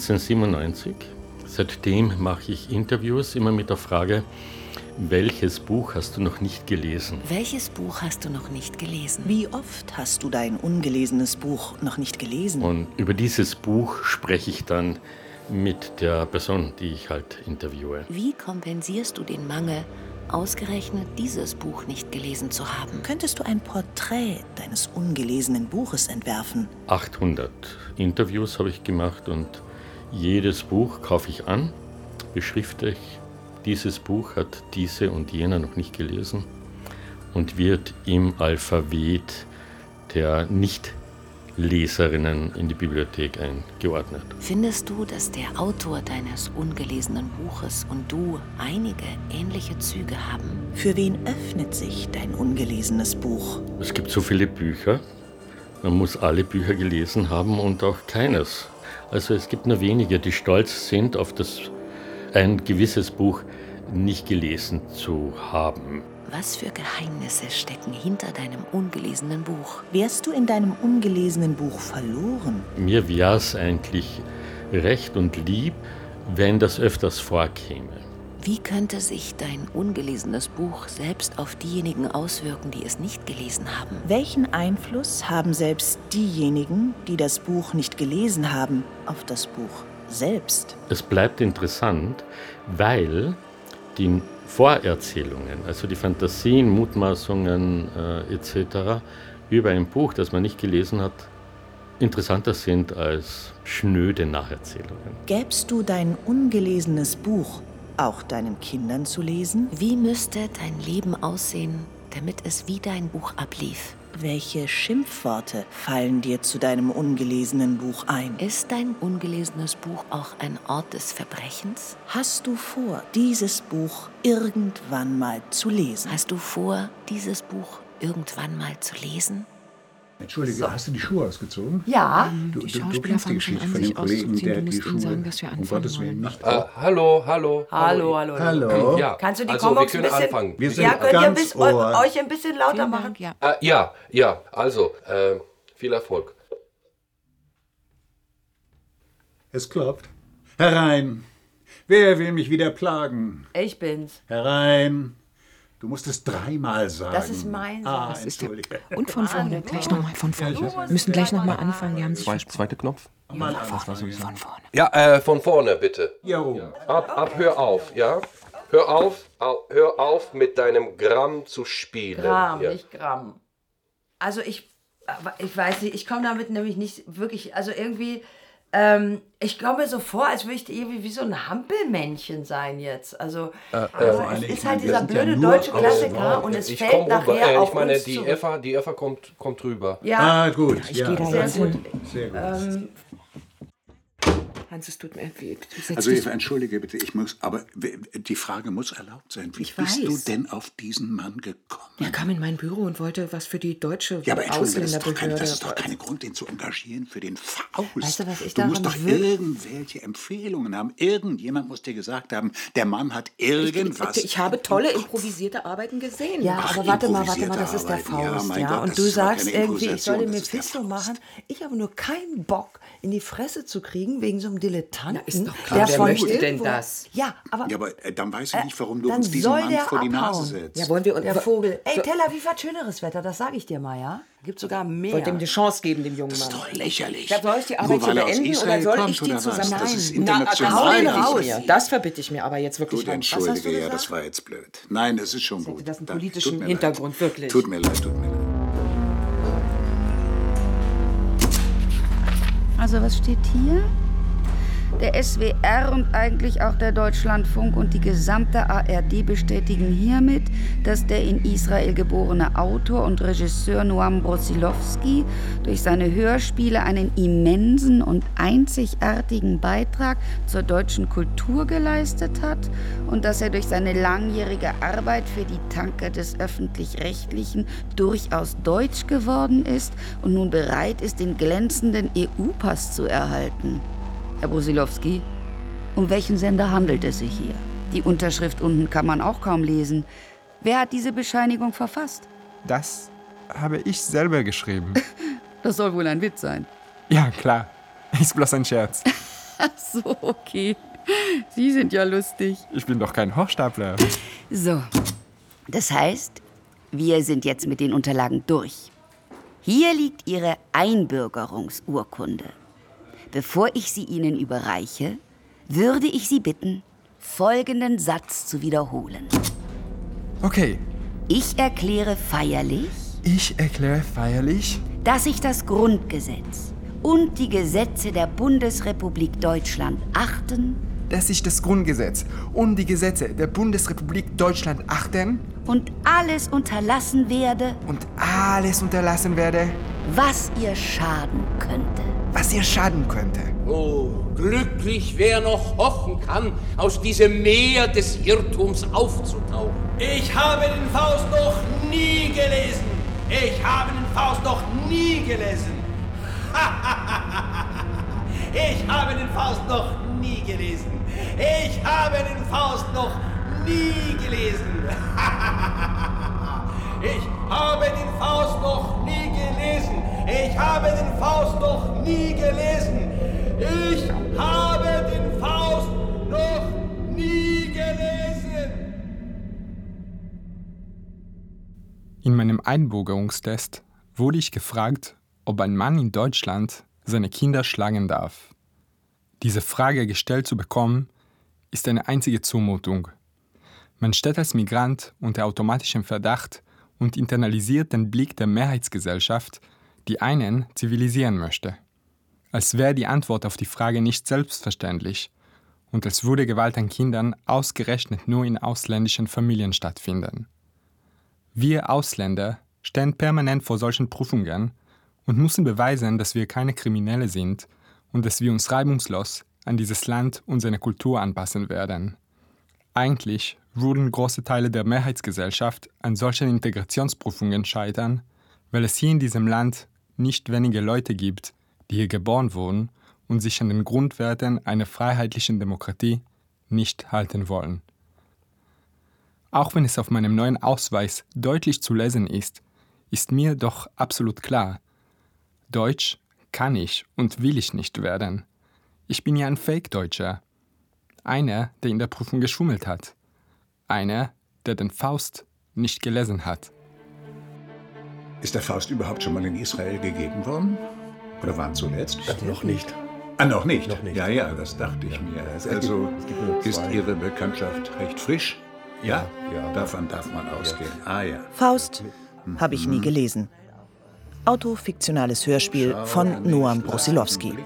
1997. Seitdem mache ich Interviews immer mit der Frage, welches Buch hast du noch nicht gelesen? Welches Buch hast du noch nicht gelesen? Wie oft hast du dein ungelesenes Buch noch nicht gelesen? Und über dieses Buch spreche ich dann mit der Person, die ich halt interviewe. Wie kompensierst du den Mangel, ausgerechnet dieses Buch nicht gelesen zu haben? Könntest du ein Porträt deines ungelesenen Buches entwerfen? 800 Interviews habe ich gemacht und jedes Buch kaufe ich an, beschrifte ich. Dieses Buch hat diese und jener noch nicht gelesen und wird im Alphabet der Nicht-Leserinnen in die Bibliothek eingeordnet. Findest du, dass der Autor deines ungelesenen Buches und du einige ähnliche Züge haben? Für wen öffnet sich dein ungelesenes Buch? Es gibt so viele Bücher, man muss alle Bücher gelesen haben und auch keines. Also es gibt nur wenige, die stolz sind auf ein gewisses Buch nicht gelesen zu haben. Was für Geheimnisse stecken hinter deinem ungelesenen Buch? Wärst du in deinem ungelesenen Buch verloren? Mir wäre es eigentlich recht und lieb, wenn das öfters vorkäme. Wie könnte sich dein ungelesenes Buch selbst auf diejenigen auswirken, die es nicht gelesen haben? Welchen Einfluss haben selbst diejenigen, die das Buch nicht gelesen haben, auf das Buch selbst? Es bleibt interessant, weil die Vorerzählungen, also die Fantasien, Mutmaßungen etc. über ein Buch, das man nicht gelesen hat, interessanter sind als schnöde Nacherzählungen. Gäbst du dein ungelesenes Buch auch deinen Kindern zu lesen? Wie müsste dein Leben aussehen, damit es wie dein Buch ablief? Welche Schimpfworte fallen dir zu deinem ungelesenen Buch ein? Ist dein ungelesenes Buch auch ein Ort des Verbrechens? Hast du vor, dieses Buch irgendwann mal zu lesen? Hast du vor, dieses Buch irgendwann mal zu lesen? Entschuldige, hast du die Schuhe ausgezogen? Ja. Du kennst die Geschichte von dem Kollegen, der die Schuhe um Gottes Willen nicht... Hallo. Hallo. Ja, Kannst du die also, Comox wir ein können bisschen... anfangen. Wir sind ja, könnt ganz ihr euch ein bisschen lauter machen? Ja, also, viel Erfolg. Es klopft. Herein. Wer will mich wieder plagen? Ich bin's. Herein. Du musst es 3-mal sagen. Das ist mein Satz. Das ist Entschuldige. Und von vorne, gleich nochmal von vorne. Wir müssen gleich nochmal anfangen. Die haben sich Zweiter Knopf. von vorne. Ja, von vorne bitte. Jo. Hör auf, ja? Hör auf mit deinem Gramm zu spielen. Gramm, ja. nicht Gramm. Also ich weiß nicht, ich komme damit nämlich nicht wirklich, also irgendwie, ich komme mir so vor, als würde ich irgendwie wie so ein Hampelmännchen sein jetzt. Also es ist halt dieser blöde deutsche Klassiker und es fällt nachher auf uns zurück. Die Eva kommt rüber. Ja, gut. Ich gehe da jetzt hin. Sehr gut. Hans, es tut mir weh. Also Eva, entschuldige bitte, aber die Frage muss erlaubt sein. Wie bist du denn auf diesen Mann gekommen? Er kam in mein Büro und wollte was für die deutsche Ausländerbehörde. Das ist doch kein Grund, den zu engagieren für den Faust. Weißt du, was ich du daran musst doch irgendwelche Empfehlungen haben. Irgendjemand muss dir gesagt haben, der Mann hat irgendwas... Ich habe tolle improvisierte Arbeiten gesehen. Ja, aber warte mal, das ist der Faust. Ja, Gott, und du sagst irgendwie, ich soll den Mephisto machen. Ich habe nur keinen Bock, in die Fresse zu kriegen, wegen so einem Dilettanten. Ist doch klar, wer möchte denn das? Ja, aber dann weiß ich nicht, warum du uns diesen Mann vor die Nase setzt. Ja, wollen wir der Vogel. Ey, Tel Aviv hat schöneres Wetter, das sage ich dir mal, ja? Gibt sogar mehr. Wollt ihm die Chance geben, dem jungen Mann. Das ist doch lächerlich. Soll ich die Arbeit hier beenden oder soll ich die zusammen... Das ist Nein, international. raus. Das verbitte ich mir aber jetzt wirklich. Gut, entschuldige, ja, das war jetzt blöd. Nein, das ist schon gut. Das hat einen politischen Hintergrund, wirklich. Tut mir leid. Also was steht hier? Der SWR und eigentlich auch der Deutschlandfunk und die gesamte ARD bestätigen hiermit, dass der in Israel geborene Autor und Regisseur Noam Brussilowski durch seine Hörspiele einen immensen und einzigartigen Beitrag zur deutschen Kultur geleistet hat und dass er durch seine langjährige Arbeit für die Tanker des Öffentlich-Rechtlichen durchaus deutsch geworden ist und nun bereit ist, den glänzenden EU-Pass zu erhalten. Herr Brussilowski, um welchen Sender handelt es sich hier? Die Unterschrift unten kann man auch kaum lesen. Wer hat diese Bescheinigung verfasst? Das habe ich selber geschrieben. Das soll wohl ein Witz sein. Ja, klar. Ist bloß ein Scherz. Ach so, okay. Sie sind ja lustig. Ich bin doch kein Hochstapler. So, das heißt, wir sind jetzt mit den Unterlagen durch. Hier liegt Ihre Einbürgerungsurkunde. Bevor ich sie Ihnen überreiche, würde ich Sie bitten, folgenden Satz zu wiederholen. Okay. Ich erkläre feierlich, dass ich das Grundgesetz und die Gesetze der Bundesrepublik Deutschland achten, dass ich das Grundgesetz und die Gesetze der Bundesrepublik Deutschland achten und alles unterlassen werde, was ihr schaden könnte. Oh, glücklich, wer noch hoffen kann, aus diesem Meer des Irrtums aufzutauchen. Ich habe den Faust noch nie gelesen. Ich habe den Faust noch nie gelesen. Ich habe den Faust noch nie gelesen. Ich habe den Faust noch nie gelesen. Ich habe den Faust noch nie gelesen. Ich habe den Faust noch nie gelesen. Ich habe den Faust noch nie gelesen. In meinem Einbürgerungstest wurde ich gefragt, ob ein Mann in Deutschland seine Kinder schlagen darf. Diese Frage gestellt zu bekommen, ist eine einzige Zumutung. Man steht als Migrant unter automatischem Verdacht und internalisiert den Blick der Mehrheitsgesellschaft, die einen zivilisieren möchte. Als wäre die Antwort auf die Frage nicht selbstverständlich und als würde Gewalt an Kindern ausgerechnet nur in ausländischen Familien stattfinden. Wir Ausländer stehen permanent vor solchen Prüfungen und müssen beweisen, dass wir keine Kriminelle sind und dass wir uns reibungslos an dieses Land und seine Kultur anpassen werden. Eigentlich würden große Teile der Mehrheitsgesellschaft an solchen Integrationsprüfungen scheitern, weil es hier in diesem Land nicht wenige Leute gibt, die hier geboren wurden und sich an den Grundwerten einer freiheitlichen Demokratie nicht halten wollen. Auch wenn es auf meinem neuen Ausweis deutlich zu lesen ist, ist mir doch absolut klar: Deutsch kann ich und will ich nicht werden. Ich bin ja ein Fake-Deutscher. Einer, der in der Prüfung geschummelt hat. Einer, der den Faust nicht gelesen hat. Ist der Faust überhaupt schon mal in Israel gegeben worden? Oder wann zuletzt? Noch nicht. Ah, noch nicht? Noch nicht. Ja, das dachte ich mir. Also ist Ihre Bekanntschaft recht frisch? Ja? Davon darf man ausgehen. Ah ja. Faust habe ich nie gelesen. Autofiktionales Hörspiel von Noam Brussilowski.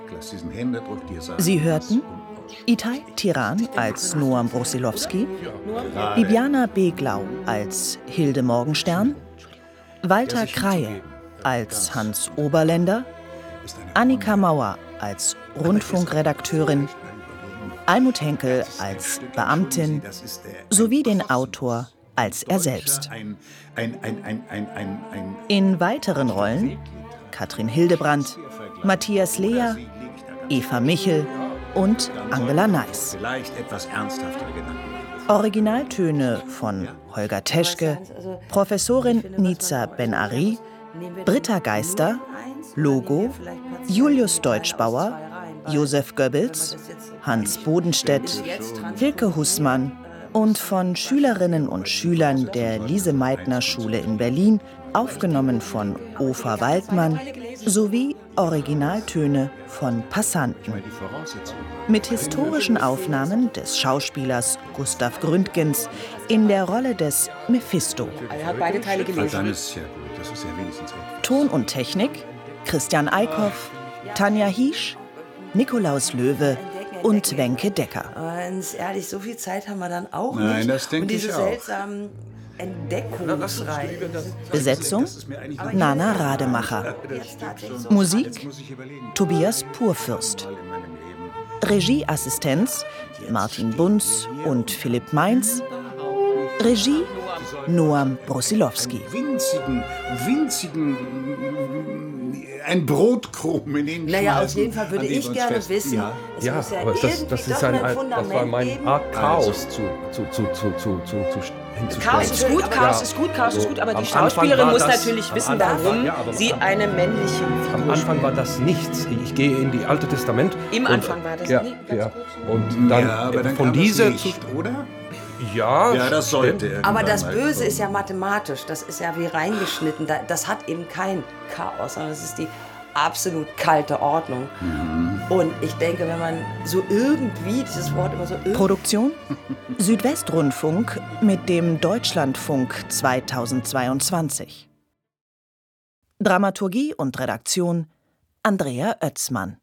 Sie hörten Itai Tiran als Noam Brussilowski, Bibiana Beglau als Hilde Morgenstern, Walter Kreie als Hans Oberländer, Annika Mauer als Rundfunkredakteurin, Almut Henkel als Beamtin sowie den Autor als er selbst. In weiteren Rollen Katrin Hildebrandt, Matthias Lea, Eva Michel und Angela Neiß. Originaltöne von Holger Teschke, Professorin Nizar Ben-Ari, Britta Geister, Logo, Julius Deutschbauer, Josef Goebbels, Hans Bodenstedt, Hilke Hussmann und von Schülerinnen und Schülern der Lise-Meitner-Schule in Berlin, aufgenommen von Ofer Waldmann, sowie Originaltöne von Passanten. Mit historischen Aufnahmen des Schauspielers Gustav Gründgens in der Rolle des Mephisto. Er hat beide Teile gelesen. Dann ist es ja gut, das ist ja wenigstens recht. Ton und Technik Christian Eickhoff, Tanja Hiesch, Nikolaus Löwe, und Wenke Decker. Ganz ehrlich, so viel Zeit haben wir dann auch Nein, nicht. das denke ich Und diese auch. seltsamen Entdeckungsreihen. Besetzung Nana Rademacher. Musik Tobias Purfürst. Regieassistenz Martin Bunz und Philipp Mainz. Regie Noam Brusilowski. Winzigen, ein Brotkrumm in den Naja, auf Schmeißen, jeden Fall würde an dem ich wir uns gerne fest- wissen, Ja. es Ja, muss ja aber irgendwie das ist doch ein, ein das Fundament war mein geben. Art Chaos Also. hinzustellen. Chaos ist gut, Chaos ist gut, Chaos ist gut, aber die Schauspielerin muss natürlich wissen, warum sie eine männliche Am Figur Anfang war das nichts. Ich gehe in die Alte Testament. Im Anfang war das ja, nie, ganz ja. kurz. Und dann, Ja, aber dann von kam das dieser Licht, oder? Ja, Ja, das sollte stimmt. Aber irgendwann das mal Böse kommen. ist ja mathematisch, das ist ja wie reingeschnitten. Das hat eben kein Chaos, sondern es ist die absolut kalte Ordnung. Und ich denke, wenn man so irgendwie, dieses Wort immer so irgendwie... Produktion Südwestrundfunk mit dem Deutschlandfunk 2022. Dramaturgie und Redaktion Andrea Oetzmann.